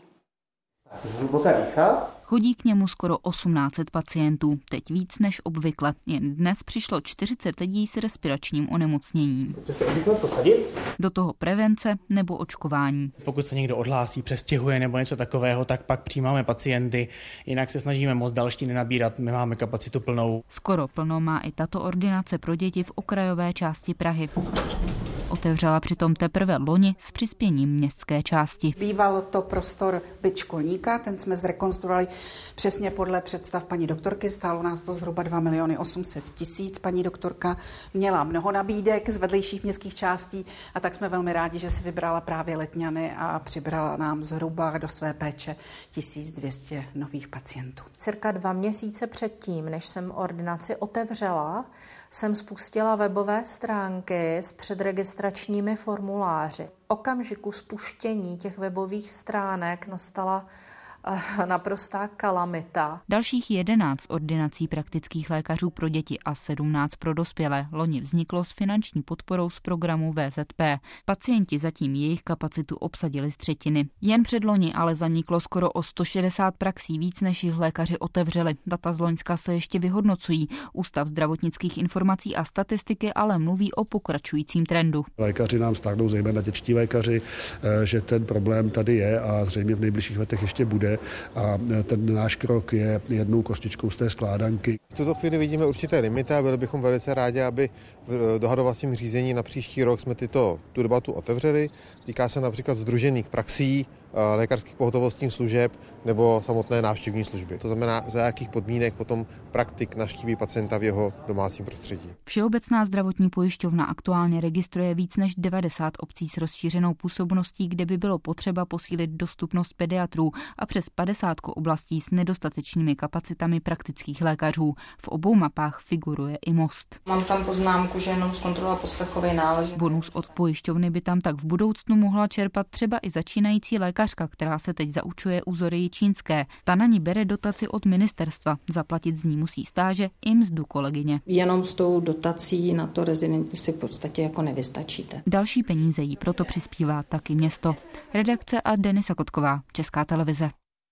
Zhluboka dýchá. Chodí k němu skoro osmnáct set pacientů, teď víc než obvykle. Jen dnes přišlo čtyřicet lidí s respiračním onemocněním. Se posadit? Do toho prevence nebo očkování. Pokud se někdo odhlásí, přestěhuje nebo něco takového, tak pak přijímáme pacienty. Jinak se snažíme moc další nenabírat, my máme kapacitu plnou. Skoro plno má i tato ordinace pro děti v okrajové části Prahy. Otevřela přitom teprve loni s přispěním městské části. Býval to prostor byt školníka, ten jsme zrekonstruovali přesně podle představ paní doktorky, stálo nás to zhruba dva miliony osm set tisíc. Paní doktorka měla mnoho nabídek z vedlejších městských částí a tak jsme velmi rádi, že si vybrala právě Letňany a přibrala nám zhruba do své péče tisíc dvě stě nových pacientů. Cirka dva měsíce předtím, než jsem ordinaci otevřela, jsem spustila webové stránky s předregistračními formuláři. V okamžiku spuštění těch webových stránek nastala naprostá kalamita. Dalších jedenáct ordinací praktických lékařů pro děti a sedmnáct pro dospělé loni vzniklo s finanční podporou z programu V Z P. Pacienti zatím jejich kapacitu obsadili z třetiny. Jen předloni ale zaniklo skoro o sto šedesát praxí víc, než jich lékaři otevřeli. Data z loňska se ještě vyhodnocují. Ústav zdravotnických informací a statistiky ale mluví o pokračujícím trendu. Lékaři nám stáhnou, zejména dětští lékaři, že ten problém tady je a zřejmě v nejbližších letech ještě bude. A ten náš krok je jednou kostičkou z té skládanky. V tuto chvíli vidíme určité limity a byli bychom velice rádi, aby v dohadovacím řízení na příští rok jsme tyto, tu debatu otevřeli. Týká se například sdružených praxí, lékařských pohotovostních služeb nebo samotné návštěvní služby. To znamená, za jakých podmínek potom praktik navštíví pacienta v jeho domácím prostředí. Všeobecná zdravotní pojišťovna aktuálně registruje víc než devadesát obcí s rozšířenou působností, kde by bylo potřeba posílit dostupnost pediatrů a přes padesát oblastí s nedostatečnými kapacitami praktických lékařů. V obou mapách figuruje i Most. Mám tam poznámku, že jenom zkontrolovala poslechový nález. Bonus od pojišťovny by tam tak v budoucnu mohla čerpat třeba i začínající lékař, která se teď zaučuje u Zory Čínské. Ta na ní bere dotaci od ministerstva. Zaplatit z ní musí stáže i mzdu kolegyně. Jenom s tou dotací na to rezidenti si v podstatě jako nevystačíte. Další peníze jí proto přispívá taky město. Redakce a Denisa Kotková, Česká televize.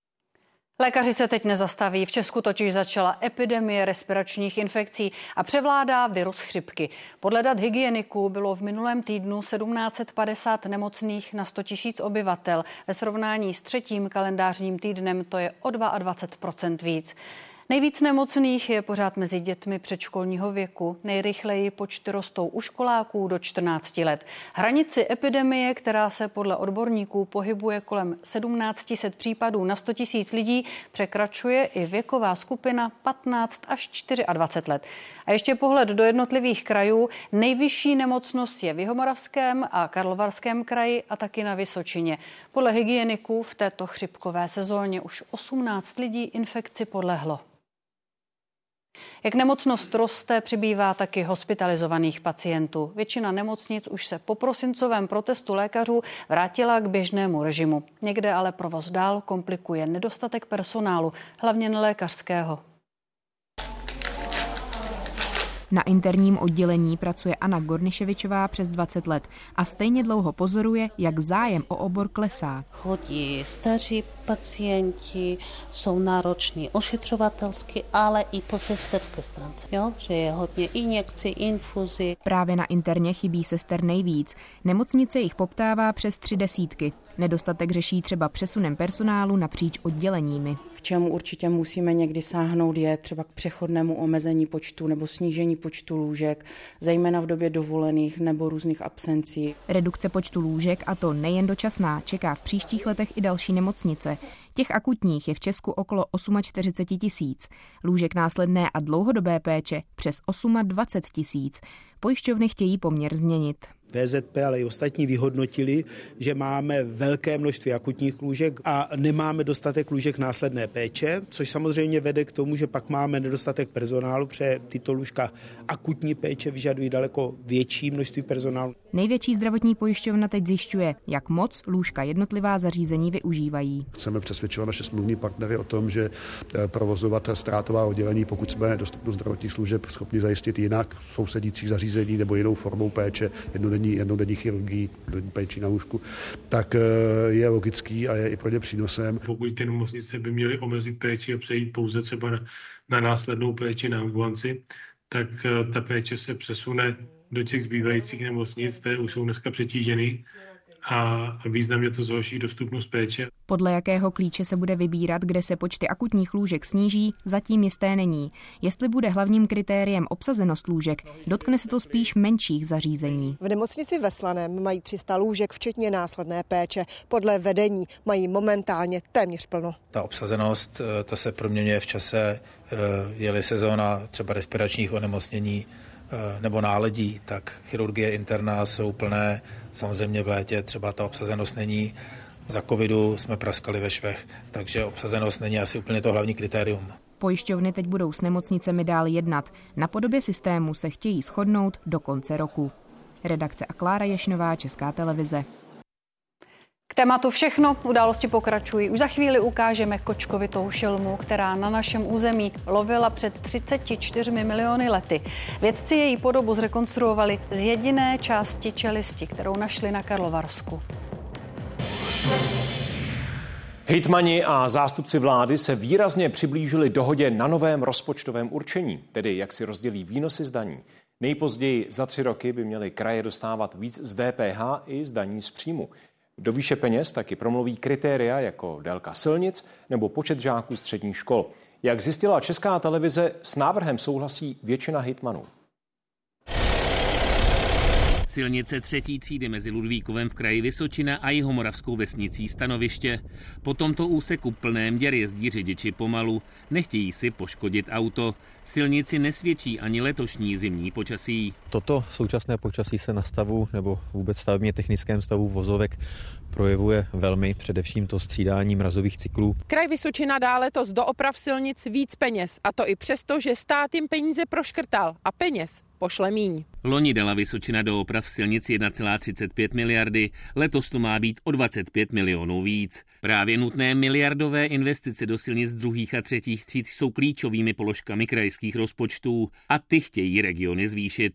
Lékaři se teď nezastaví. V Česku totiž začala epidemie respiračních infekcí a převládá virus chřipky. Podle dat hygieniků bylo v minulém týdnu tisíc sedm set padesát nemocných na sto tisíc obyvatel. Ve srovnání s třetím kalendářním týdnem to je o dvacet dva procent víc. Nejvíc nemocných je pořád mezi dětmi předškolního věku. Nejrychleji počty rostou u školáků do čtrnácti let. Hranici epidemie, která se podle odborníků pohybuje kolem sedmnáct set případů na sto tisíc lidí, překračuje i věková skupina patnáct až dvacet čtyři let. A ještě pohled do jednotlivých krajů. Nejvyšší nemocnost je v Jihomoravském a Karlovarském kraji a taky na Vysočině. Podle hygieniků v této chřipkové sezóně už osmnáct lidí infekci podlehlo. Jak nemocnost roste, přibývá taky hospitalizovaných pacientů. Většina nemocnic už se po prosincovém protestu lékařů vrátila k běžnému režimu. Někde ale provoz dál komplikuje nedostatek personálu, hlavně nelékařského. Na interním oddělení pracuje Anna Gorniševičová přes dvacet let a stejně dlouho pozoruje, jak zájem o obor klesá. Chodí staří pacienti, jsou nároční ošetřovatelsky, ale i po sesterské stránce. Jo? Že je hodně injekcí, infuzí. Právě na interně chybí sester nejvíc. Nemocnice jich poptává přes tři desítky. Nedostatek řeší třeba přesunem personálu napříč odděleními. K čemu určitě musíme někdy sáhnout je třeba k přechodnému omezení počtu nebo snížení počtu lůžek, zejména v době dovolených nebo různých absencí. Redukce počtu lůžek, a to nejen dočasná, čeká v příštích letech i další nemocnice. Těch akutních je v Česku okolo čtyřicet osm tisíc. Lůžek následné a dlouhodobé péče přes dvacet osm tisíc. Pojišťovny chtějí poměr změnit. V Z P, ale i ostatní vyhodnotili, že máme velké množství akutních lůžek a nemáme dostatek lůžek následné péče, což samozřejmě vede k tomu, že pak máme nedostatek personálu, protože tyto lůžka akutní péče vyžadují daleko větší množství personálu. Největší zdravotní pojišťovna teď zjišťuje, jak moc lůžka jednotlivá zařízení využívají. Chceme přesvědčovat naše smluvní partnery o tom, že provozovat ztrátová oddělení, pokud jsme dostupnost zdravotních služeb schopni zajistit jinak v sousedících zařízení nebo jinou formou péče, jednodenní, jednodenní chirurgii, jednodenní péči na lůžku, tak je logický a je i pro ně přínosem. Pokud ty nemocnice by měly omezit péči a přejít pouze třeba na, na následnou péči na ambulanci, tak ta péče se přesune do těch zbývajících nemocnic, které už jsou dneska přetíženy a významně to zhorší dostupnost péče. Podle jakého klíče se bude vybírat, kde se počty akutních lůžek sníží, zatím jisté není. Jestli bude hlavním kritériem obsazenost lůžek, dotkne se to spíš menších zařízení. V nemocnici ve Slaném mají tři sta lůžek, včetně následné péče. Podle vedení mají momentálně téměř plno. Ta obsazenost, ta se proměňuje v čase, je-li sezóna třeba respiračních onemocnění nebo náledí, tak chirurgie interna jsou plné. Samozřejmě v létě třeba ta obsazenost není. Za covidu jsme praskali ve švech, takže obsazenost není asi úplně to hlavní kritérium. Pojišťovny teď budou s nemocnicemi dál jednat. Na podobě systému se chtějí shodnout do konce roku. Redakce a Klára Ješnová, Česká televize. K tématu všechno, události pokračují. Už za chvíli ukážeme kočkovitou šelmu, která na našem území lovila před třiceti čtyřmi miliony lety. Vědci její podobu zrekonstruovali z jediné části čelisti, kterou našli na Karlovarsku. Hejtmani a zástupci vlády se výrazně přiblížili dohodě na novém rozpočtovém určení, tedy jak si rozdělí výnosy z daní. Nejpozději za tři roky by měly kraje dostávat víc z D P H i z daní z příjmu. Do výše peněz taky promluví kritéria jako délka silnic nebo počet žáků středních škol. Jak zjistila Česká televize, s návrhem souhlasí většina hejtmanů. Silnice třetí třídy mezi Ludvíkovem v kraji Vysočina a jihomoravskou vesnicí Stanoviště. Po tomto úseku plném děr jezdí řidiči pomalu, nechtějí si poškodit auto. Silnici nesvědčí ani letošní zimní počasí. Toto současné počasí se na stavu nebo vůbec stavebně technickém stavu vozovek projevuje velmi, především to střídání mrazových cyklů. Kraj Vysočina dá letos do oprav silnic víc peněz, a to i přesto, že stát jim peníze proškrtal a peněz pošle míň. Loni dala Vysočina do oprav silnic jedna celá třicet pět miliardy, letos to má být o dvacet pět milionů víc. Právě nutné miliardové investice do silnic druhých a třetích tříd jsou klíčovými položkami krajských rozpočtů a ty chtějí regiony zvýšit.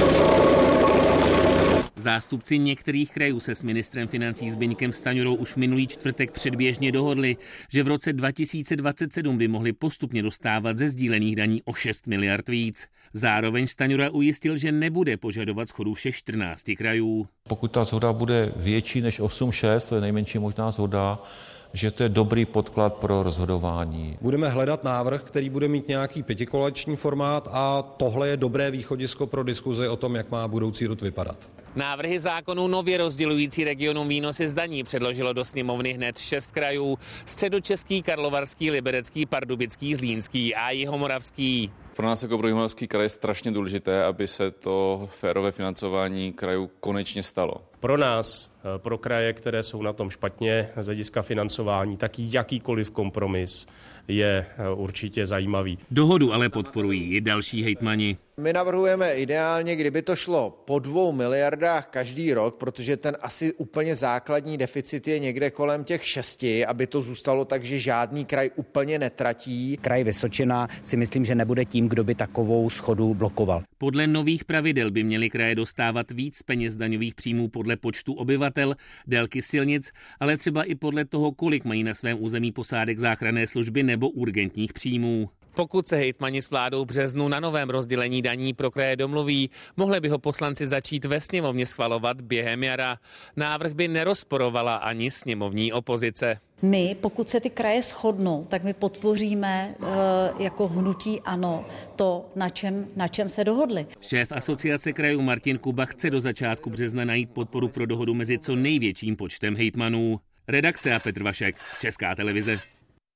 Zástupci některých krajů se s ministrem financí Zbyňkem Stanjurou už minulý čtvrtek předběžně dohodli, že v roce dva tisíce dvacet sedm by mohli postupně dostávat ze sdílených daní o šest miliard víc. Zároveň Stanjura ujistil, že nebude požadovat shodu všech čtrnácti krajů. Pokud ta shoda bude větší než osm šest, to je nejmenší možná shoda, že to je dobrý podklad pro rozhodování. Budeme hledat návrh, který bude mít nějaký pětikoaliční formát a tohle je dobré východisko pro diskuzi o tom, jak má budoucí rok vypadat. Návrhy zákonů nově rozdělující regionům výnosy z daní předložilo do sněmovny hned šest krajů. Středočeský, Karlovarský, Liberecký, Pardubický, Zlínský a Jihomoravský. Pro nás jako pro Jihomoravský kraj je strašně důležité, aby se to férové financování krajů konečně stalo. Pro nás, pro kraje, které jsou na tom špatně z hlediska financování, tak jakýkoliv kompromis je určitě zajímavý. Dohodu ale podporují i další hejtmani. My navrhujeme ideálně, kdyby to šlo po dvou miliardách každý rok, protože ten asi úplně základní deficit je někde kolem těch šesti, aby to zůstalo tak, že žádný kraj úplně netratí. Kraj Vysočina si myslím, že nebude tím, kdo by takovou schodu blokoval. Podle nových pravidel by měly kraje dostávat víc peněz daňových příjmů podle počtu obyvatel, délky silnic, ale třeba i podle toho, kolik mají na svém území posádek záchranné služby nebo urgentních příjmů. Pokud se hejtmani s vládou v březnu na novém rozdělení daní pro kraje domluví, mohli by ho poslanci začít ve sněmovně schvalovat během jara. Návrh by nerozporovala ani sněmovní opozice. My, pokud se ty kraje shodnou, tak my podpoříme e, jako hnutí ANO to, na čem, na čem se dohodli. Šéf asociace krajů Martin Kuba chce do začátku března najít podporu pro dohodu mezi co největším počtem hejtmanů. Redakce a Petr Vašek, Česká televize.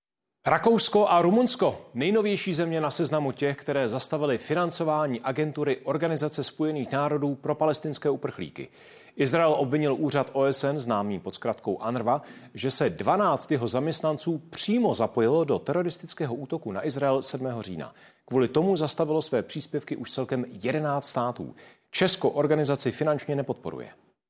Rakousko a Rumunsko, nejnovější země na seznamu těch, které zastavily financování agentury Organizace spojených národů pro palestinské uprchlíky. Izrael obvinil úřad O S N, známý pod zkratkou UNRWA, že se dvanáct jeho zaměstnanců přímo zapojilo do teroristického útoku na Izrael sedmého října. Kvůli tomu zastavilo své příspěvky už celkem jedenáct států. Česko organizaci finančně nepodporuje.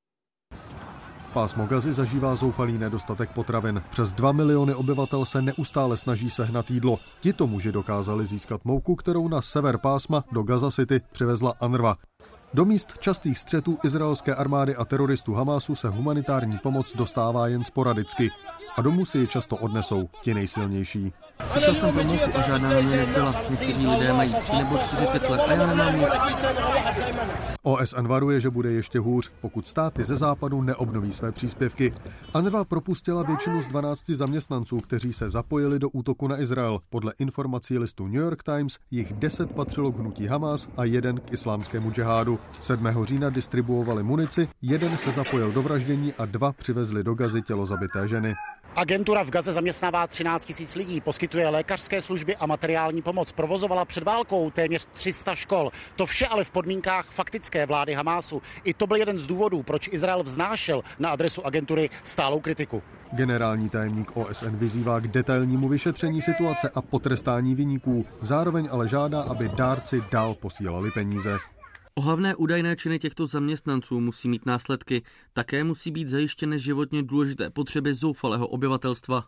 Pásmo Gazy zažívá zoufalý nedostatek potravin. Přes dva miliony obyvatel se neustále snaží sehnat jídlo. Tito muži dokázali získat mouku, kterou na sever pásma do Gaza City přivezla UNRWA. Do míst častých střetů izraelské armády a teroristů Hamásu se humanitární pomoc dostává jen sporadicky. A domů si ji často odnesou ti nejsilnější. Přišel jsem pro mouku a žádná na mě nezbyla. Někteří lidé mají tři nebo čtyři pytle a já nemám nic. O S N varuje, že bude ještě hůř, pokud státy ze západu neobnoví své příspěvky. UNRWA propustila většinu z dvanácti zaměstnanců, kteří se zapojili do útoku na Izrael. Podle informací listu New York Times jich deset patřilo k hnutí Hamás a jeden k islámskému džihádu. sedmého října distribuovali munici, jeden se zapojil do vraždění a dva přivezli do Gazy tělo zabité ženy. Agentura v Gaze zaměstnává třináct tisíc lidí, poskytuje lékařské služby a materiální pomoc, provozovala před válkou téměř tři sta škol. To vše ale v podmínkách faktické vlády Hamásu. I to byl jeden z důvodů, proč Izrael vznášel na adresu agentury stálou kritiku. Generální tajemník O S N vyzývá k detailnímu vyšetření situace a potrestání viníků. Zároveň ale žádá, aby dárci dál posílali peníze. Ohavné údajné činy těchto zaměstnanců musí mít následky. Také musí být zajištěny životně důležité potřeby zoufalého obyvatelstva.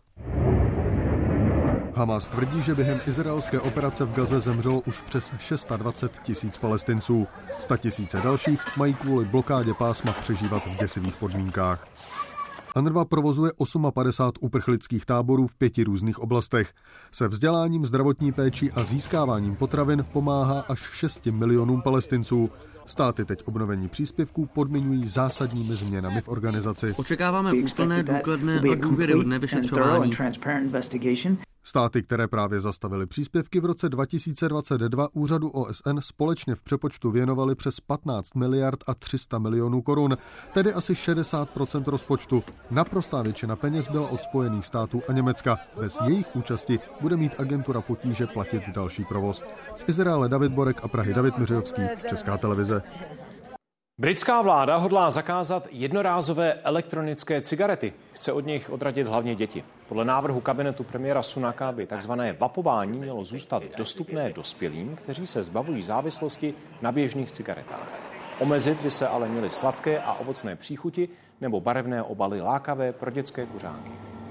Hamás tvrdí, že během izraelské operace v Gaze zemřelo už přes dvacet šest tisíc Palestinců. Statisíce dalších mají kvůli blokádě pásma přežívat v děsivých podmínkách. UNRWA provozuje padesát osm uprchlických táborů v pěti různých oblastech. Se vzděláním, zdravotní péčí a získáváním potravin pomáhá až šesti milionům Palestinců. Státy teď obnovení příspěvků podmiňují zásadními změnami v organizaci. Očekáváme úplné, důkladné a důvěryhodné vyšetřování. Státy, které právě zastavily příspěvky v roce dva tisíce dvacet dva úřadu O S N společně v přepočtu věnovali přes patnáct miliard a tři sta milionů korun, tedy asi šedesát procent rozpočtu. Naprostá většina peněz byla od Spojených států a Německa. Bez jejich účasti bude mít agentura potíže platit další provoz. Z Izraele David Borek a Prahy David Miřejovský, Česká televize. Britská vláda hodlá zakázat jednorázové elektronické cigarety. Chce od nich odradit hlavně děti. Podle návrhu kabinetu premiéra Sunaka by takzvané vapování mělo zůstat dostupné dospělým, kteří se zbavují závislosti na běžných cigaretách. Omezit by se ale měly sladké a ovocné příchuti nebo barevné obaly lákavé pro dětské kuřáky.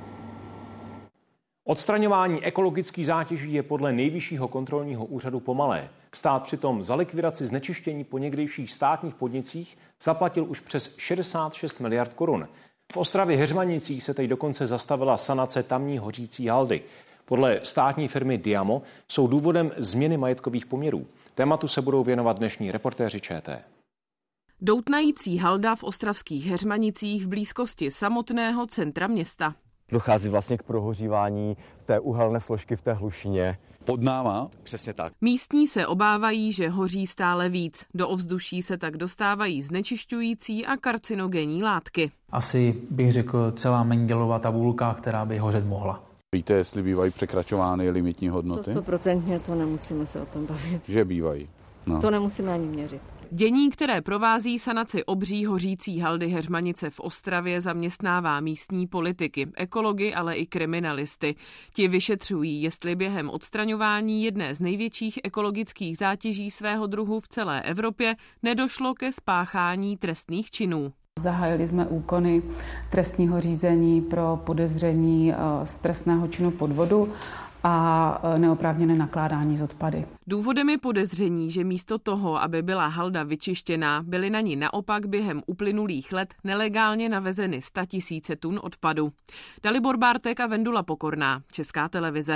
Odstraňování ekologických zátěží je podle Nejvyššího kontrolního úřadu pomalé. Stát přitom za likvidaci znečištění po někdejších státních podnicích zaplatil už přes šedesát šest miliard korun. V Ostravě Heřmanicích se teď dokonce zastavila sanace tamní hořící haldy. Podle státní firmy Diamo jsou důvodem změny majetkových poměrů. Tématu se budou věnovat dnešní reportéři Č T. Doutnající halda v ostravských Heřmanicích v blízkosti samotného centra města. Dochází vlastně k prohořívání té uhelné složky v té hlušině. Pod náma? Přesně tak. Místní se obávají, že hoří stále víc. Do ovzduší se tak dostávají znečišťující a karcinogenní látky. Asi bych řekl celá Mengelová tabulka, která by hořet mohla. Víte, jestli bývají překračovány limitní hodnoty? To stoprocentně, to nemusíme se o tom bavit. Že bývají. No. To nemusíme ani měřit. Dění, které provází sanaci obří hořící haldy Heřmanice v Ostravě, zaměstnává místní politiky, ekology, ale i kriminalisty. Ti vyšetřují, jestli během odstraňování jedné z největších ekologických zátěží svého druhu v celé Evropě nedošlo ke spáchání trestných činů. Zahájili jsme úkony trestního řízení pro podezření z trestného činu podvodu a neoprávněné nakládání s odpady. Důvodem je podezření, že místo toho, aby byla halda vyčištěná, byly na ní naopak během uplynulých let nelegálně navezeny statisíce tun odpadu. Dalibor Bártek a Vendula Pokorná, Česká televize.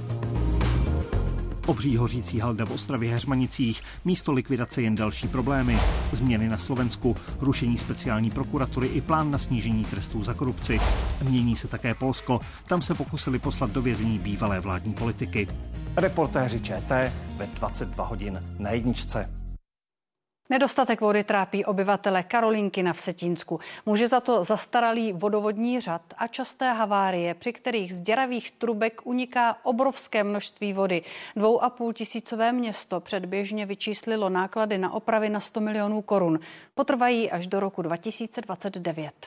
Obří hořící halda v Ostravě Heřmanicích, místo likvidace jen další problémy. Změny na Slovensku, rušení speciální prokuratury i plán na snížení trestů za korupci. Mění se také Polsko, tam se pokusili poslat do vězení bývalé vládní politiky. Reportéři Č T ve dvacet dva hodin na jedničce. Nedostatek vody trápí obyvatele Karolinky na Vsetínsku. Může za to zastaralý vodovodní řad a časté havárie, při kterých z děravých trubek uniká obrovské množství vody. Dvou a půl tisícové město předběžně vyčíslilo náklady na opravy na sto milionů korun. Potrvají až do roku dva tisíce dvacet devět.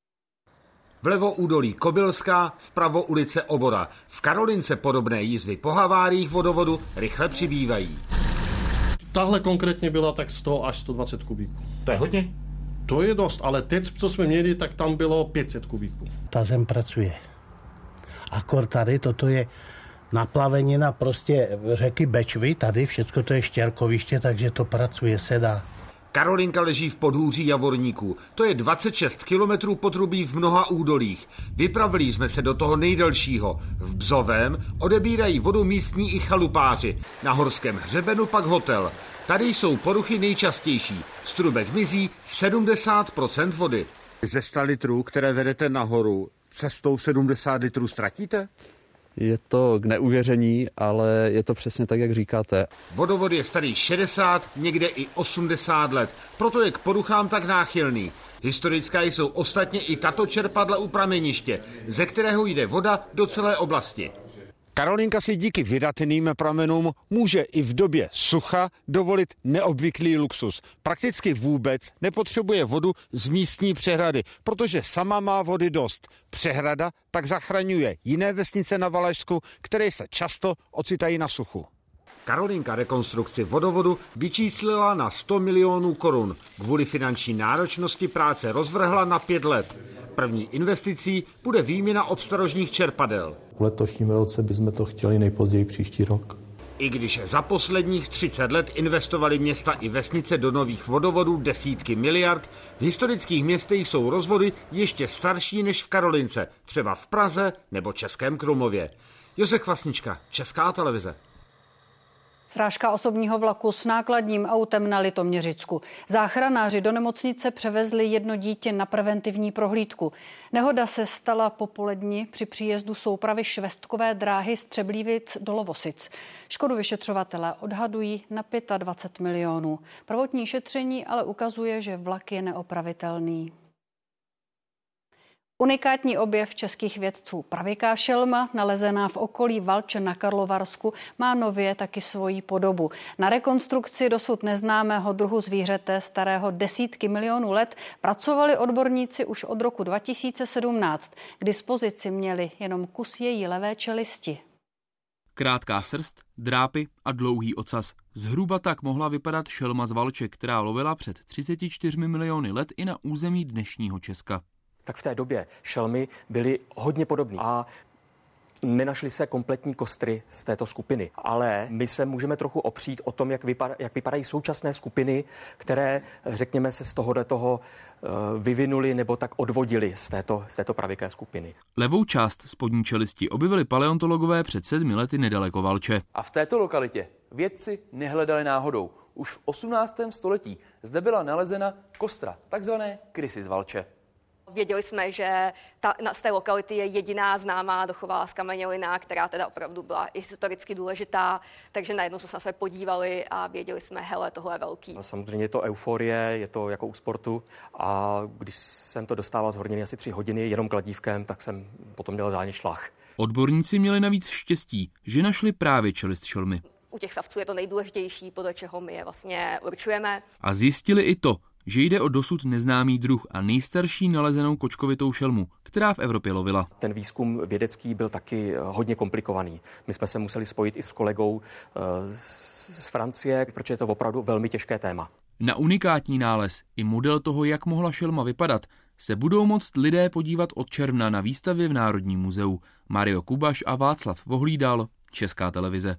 Vlevo údolí Kobylská, vpravo ulice Obora. V Karolince podobné jízvy po haváriích vodovodu rychle přibývají. Tahle konkrétně byla tak sto až sto dvacet kubíků. To je hodně? To je dost, ale teď, co jsme měli, tak tam bylo pět set kubíků. Ta zem pracuje. Akor tady, toto je naplavenina prostě řeky Bečvy, tady všecko to je štěrkoviště, takže to pracuje, se dá. Karolinka leží v podhůří Javorníků. To je dvacet šest kilometrů potrubí v mnoha údolích. Vypravili jsme se do toho nejdelšího. V Bzovém odebírají vodu místní i chalupáři. Na Horském hřebenu pak hotel. Tady jsou poruchy nejčastější. Z trubek mizí sedmdesát procent vody. Ze sta litrů, které vedete nahoru, cestou sedmdesát litrů ztratíte? Je to k neuvěření, ale je to přesně tak, jak říkáte. Vodovod je starý šedesát, někde i osmdesát let, proto je k poruchám tak náchylný. Historická jsou ostatně i tato čerpadla u prameniště, ze kterého jde voda do celé oblasti. Karolinka si díky vydatným pramenům může i v době sucha dovolit neobvyklý luxus. Prakticky vůbec nepotřebuje vodu z místní přehrady, protože sama má vody dost. Přehrada tak zachraňuje jiné vesnice na Valašsku, které se často ocitají na suchu. Karolinka rekonstrukci vodovodu vyčíslila na sto milionů korun. Kvůli finanční náročnosti práce rozvrhla na pět let. První investicí bude výměna obstarožních čerpadel. V letošním roce bychom to chtěli nejpozději příští rok. I když za posledních třicet let investovali města i vesnice do nových vodovodů desítky miliard, v historických městech jsou rozvody ještě starší než v Karolince, třeba v Praze nebo Českém Krumlově. Josef Kvasnička, Česká televize. Srážka osobního vlaku s nákladním autem na Litoměřicku. Záchranáři do nemocnice převezli jedno dítě na preventivní prohlídku. Nehoda se stala popolední při příjezdu soupravy švestkové dráhy Střeblívic do Lovosic. Škodu vyšetřovatelé odhadují na dvacet pět milionů. Prvotní šetření ale ukazuje, že vlak je neopravitelný. Unikátní objev českých vědců pravěká šelma, nalezená v okolí Valče na Karlovarsku, má nově taky svoji podobu. Na rekonstrukci dosud neznámého druhu zvířete, starého desítky milionů let, pracovali odborníci už od roku dva tisíce sedmnáct. K dispozici měli jenom kus její levé čelisti. Krátká srst, drápy a dlouhý ocas. Zhruba tak mohla vypadat šelma z Valče, která lovila před třiceti čtyřmi miliony let i na území dnešního Česka. Tak v té době šelmy byly hodně podobné a nenašly se kompletní kostry z této skupiny. Ale my se můžeme trochu opřít o tom, jak, vypad, jak vypadají současné skupiny, které, řekněme, se z tohohle toho vyvinuli nebo tak odvodili z této, z této pravěké skupiny. Levou část spodní čelisti objevili paleontologové před sedmi lety nedaleko Valče. A v této lokalitě vědci nehledali náhodou. Už v osmnáctém století zde byla nalezena kostra, takzvané krysy z Valče. Věděli jsme, že ta, z té lokality je jediná známá dochovalá zkamenělina, která teda opravdu byla historicky důležitá, takže najednou jsme se podívali a věděli jsme, hele, tohle je velký. No, samozřejmě je to euforie, je to jako u sportu a když jsem to dostával z horniny asi tři hodiny jenom kladívkem, tak jsem potom měl zánět šlach. Odborníci měli navíc štěstí, že našli právě čelist šelmy. U těch savců je to nejdůležitější, podle čeho my je vlastně určujeme. A zjistili i to, že jde o dosud neznámý druh a nejstarší nalezenou kočkovitou šelmu, která v Evropě lovila. Ten výzkum vědecký byl taky hodně komplikovaný. My jsme se museli spojit i s kolegou z Francie, protože je to opravdu velmi těžké téma. Na unikátní nález i model toho, jak mohla šelma vypadat, se budou moct lidé podívat od června na výstavě v Národním muzeu. Mario Kubaš a Václav Vohlídal, Česká televize.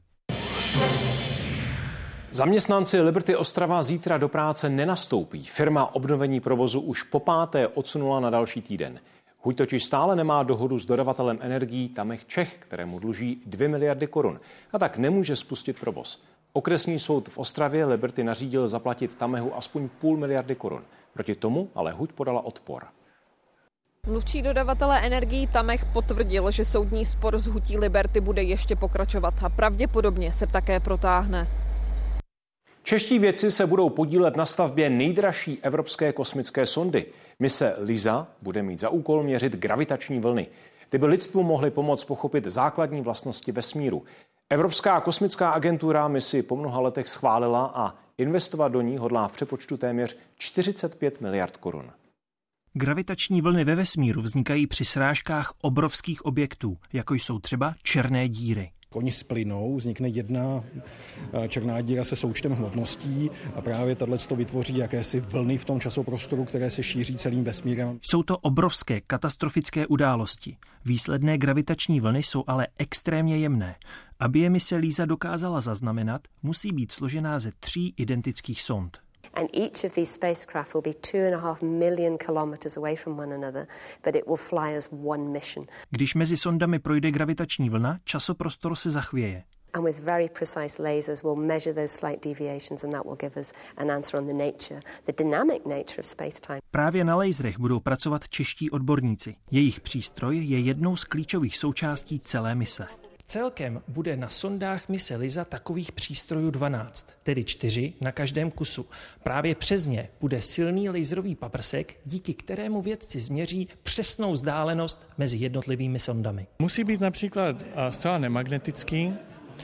Zaměstnanci Liberty Ostrava zítra do práce nenastoupí. Firma obnovení provozu už po páté odsunula na další týden. Huť totiž stále nemá dohodu s dodavatelem energií Tamech Čech, kterému dluží dvě miliardy korun. A tak nemůže spustit provoz. Okresní soud v Ostravě Liberty nařídil zaplatit Tamehu aspoň půl miliardy korun. Proti tomu ale Huť podala odpor. Mluvčí dodavatele energií Tamech potvrdil, že soudní spor s hutí Liberty bude ještě pokračovat a pravděpodobně se také protáhne. Čeští vědci se budou podílet na stavbě nejdražší evropské kosmické sondy. Mise LISA bude mít za úkol měřit gravitační vlny. Ty by lidstvu mohly pomoct pochopit základní vlastnosti vesmíru. Evropská kosmická agentura misi po mnoha letech schválila a investovat do ní hodlá v přepočtu téměř čtyřicet pět miliard korun. Gravitační vlny ve vesmíru vznikají při srážkách obrovských objektů, jako jsou třeba černé díry. Oni splynou, vznikne jedna černá díra se součtem hmotností a právě tohleto vytvoří jakési vlny v tom časoprostoru, které se šíří celým vesmírem. Jsou to obrovské katastrofické události. Výsledné gravitační vlny jsou ale extrémně jemné. Aby je mise LISA dokázala zaznamenat, musí být složená ze tří identických sond. And each of these spacecraft will be two and a half million kilometers away from one another, but it will fly as one mission. Když mezi sondami projde gravitační vlna, časoprostor se zachvěje. And with very precise lasers, we'll measure those slight deviations, and that will give us an answer on the nature, the dynamic nature of space-time. Právě na laserech budou pracovat čeští odborníci. Jejich přístroj je jednou z klíčových součástí celé mise. Celkem bude na sondách mise LISA takových přístrojů dvanáct, tedy čtyři na každém kusu. Právě přes ně bude silný laserový paprsek, díky kterému vědci změří přesnou vzdálenost mezi jednotlivými sondami. Musí být například zcela nemagnetický,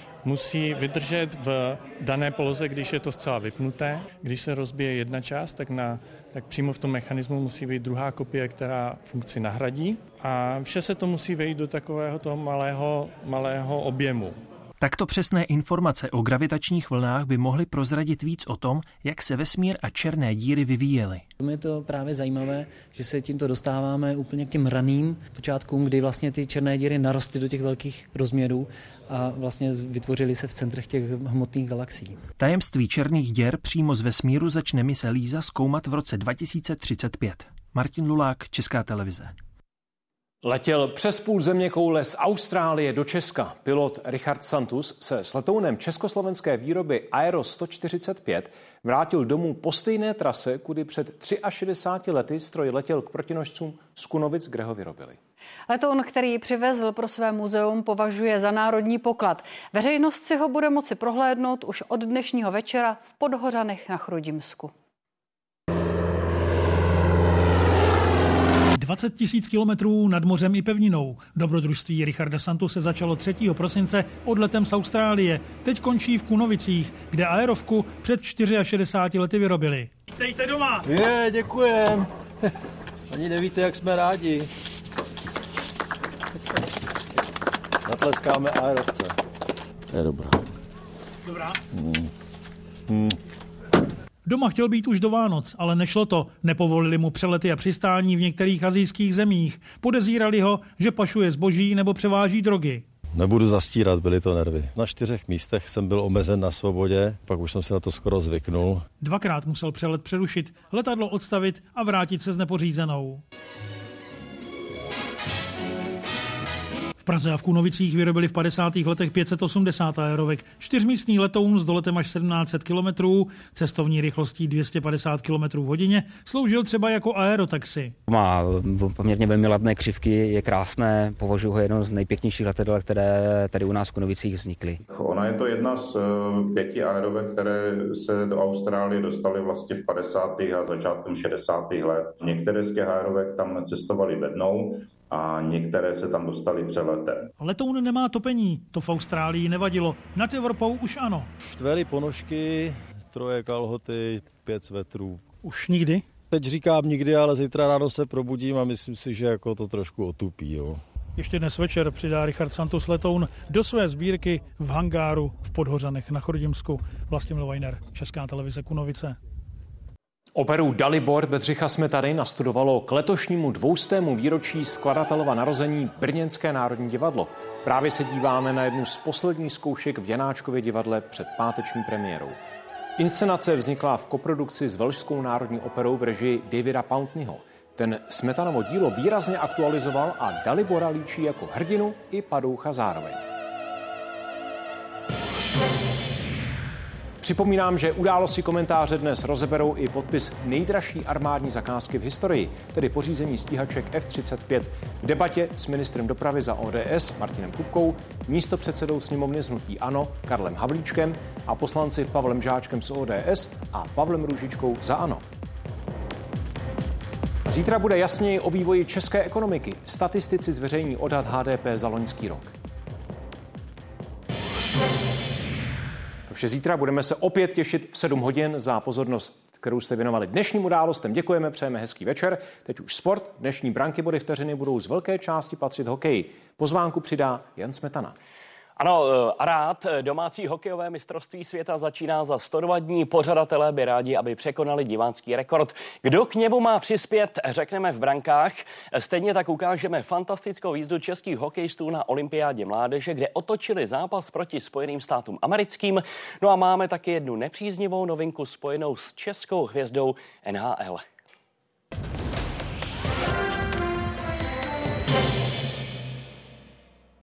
musí vydržet v dané poloze, když je to zcela vypnuté. Když se rozbije jedna část, tak, na, tak přímo v tom mechanismu musí být druhá kopie, která funkci nahradí. A vše se to musí vejít do takového toho malého, malého objemu. Takto přesné informace o gravitačních vlnách by mohly prozradit víc o tom, jak se vesmír a černé díry vyvíjely. Je to právě zajímavé, že se tímto dostáváme úplně k těm raným počátkům, kdy vlastně ty černé díry narostly do těch velkých rozměrů a vlastně vytvořily se v centrech těch hmotných galaxií. Tajemství černých děr přímo z vesmíru začne mise LISA zkoumat v roce dva tisíce třicet pět. Martin Lulák, Česká televize. Letěl přes půl zeměkoule z Austrálie do Česka. Pilot Richard Santus se s letounem československé výroby Aero sto čtyřicet pět vrátil domů po stejné trase, kudy před šedesáti třemi lety stroj letěl k protinožcům z Kunovic, kde ho vyrobili. Letoun, který přivezl pro své muzeum, považuje za národní poklad. Veřejnost si ho bude moci prohlédnout už od dnešního večera v Podhořanech na Chrudimsku. dvacet tisíc kilometrů nad mořem i pevninou. Dobrodružství Richarda Santuse začalo třetího prosince odletem z Austrálie. Teď končí v Kunovicích, kde aerovku před šedesáti čtyřmi lety vyrobili. Vítejte doma! Je, děkujem. Ani nevíte, jak jsme rádi. Natleskáme aerovce. To je dobrá. Dobrá. Hmm. Hmm. Doma chtěl být už do Vánoc, ale nešlo to. Nepovolili mu přelety a přistání v některých asijských zemích. Podezírali ho, že pašuje zboží nebo převáží drogy. Nebudu zastírat, byly to nervy. Na čtyřech místech jsem byl omezen na svobodě, pak už jsem se na to skoro zvyknul. Dvakrát musel přelet přerušit, letadlo odstavit a vrátit se s nepořízenou. V Praze a v Kunovicích vyrobili v padesátých letech pět set osmdesát aerovek, čtyřmístný letoun s doletem až sedmnáct set kilometrů, cestovní rychlostí dvě stě padesát kilometrů v hodině, sloužil třeba jako aerotaxi. Má poměrně velmi ladné křivky, je krásné, považuji ho jednou z nejpěknějších letadel, které tady u nás v Kunovicích vznikly. Ona je to jedna z pěti aerovek, které se do Austrálie dostaly vlastně v padesátých a začátkem šedesátých let. Některé z těch aerovek tam cestovaly ve dnou a některé se tam dostaly přeletem. Letoun nemá topení, to v Austrálii nevadilo. Nad Evropou už ano. Čtvery ponožky, troje kalhoty, pět svetrů. Už nikdy? Teď říkám nikdy, ale zítra ráno se probudím a myslím si, že jako to trošku otupí. Jo. Ještě dnes večer přidá Richard Santus letoun do své sbírky v hangáru v Podhořanech na Chrudimsku. Vlastimil Vajner, Česká televize Kunovice. Operu Dalibor Bedřicha Smetany nastudovalo k letošnímu dvoustému výročí skladatelova narození Brněnské národní divadlo. Právě se díváme na jednu z posledních zkoušek v Janáčkově divadle před páteční premiérou. Inscenace vznikla v koprodukci s Velšskou národní operou v režii Davida Pountneyho. Ten Smetanovo dílo výrazně aktualizoval a Dalibora líčí jako hrdinu i padoucha zároveň. Připomínám, že události komentáře dnes rozeberou i podpis nejdražší armádní zakázky v historii, tedy pořízení stíhaček F třicet pět. V debatě s ministrem dopravy za O D S Martinem Kupkou, místopředsedou sněmovny z hnutí ANO Karlem Havlíčkem a poslanci Pavlem Žáčkem z O D S a Pavlem Růžičkou za ANO. Zítra bude jasněji o vývoji české ekonomiky. Statistici zveřejní odhad H D P za loňský rok. To vše zítra, budeme se opět těšit v sedm hodin. Za pozornost, kterou jste věnovali dnešním událostem, děkujeme, přejeme hezký večer. Teď už sport. Dnešní branky body vteřiny budou z velké části patřit hokeji. Pozvánku přidá Jan Smetana. Ano, a rád. Domácí hokejové mistrovství světa začíná za sto dva dní. Pořadatelé by rádi, aby překonali divácký rekord. Kdo k němu má přispět, řekneme v brankách. Stejně tak ukážeme fantastickou jízdu českých hokejistů na olympiádě mládeže, kde otočili zápas proti Spojeným státům americkým. No a máme taky jednu nepříznivou novinku spojenou s českou hvězdou N H L.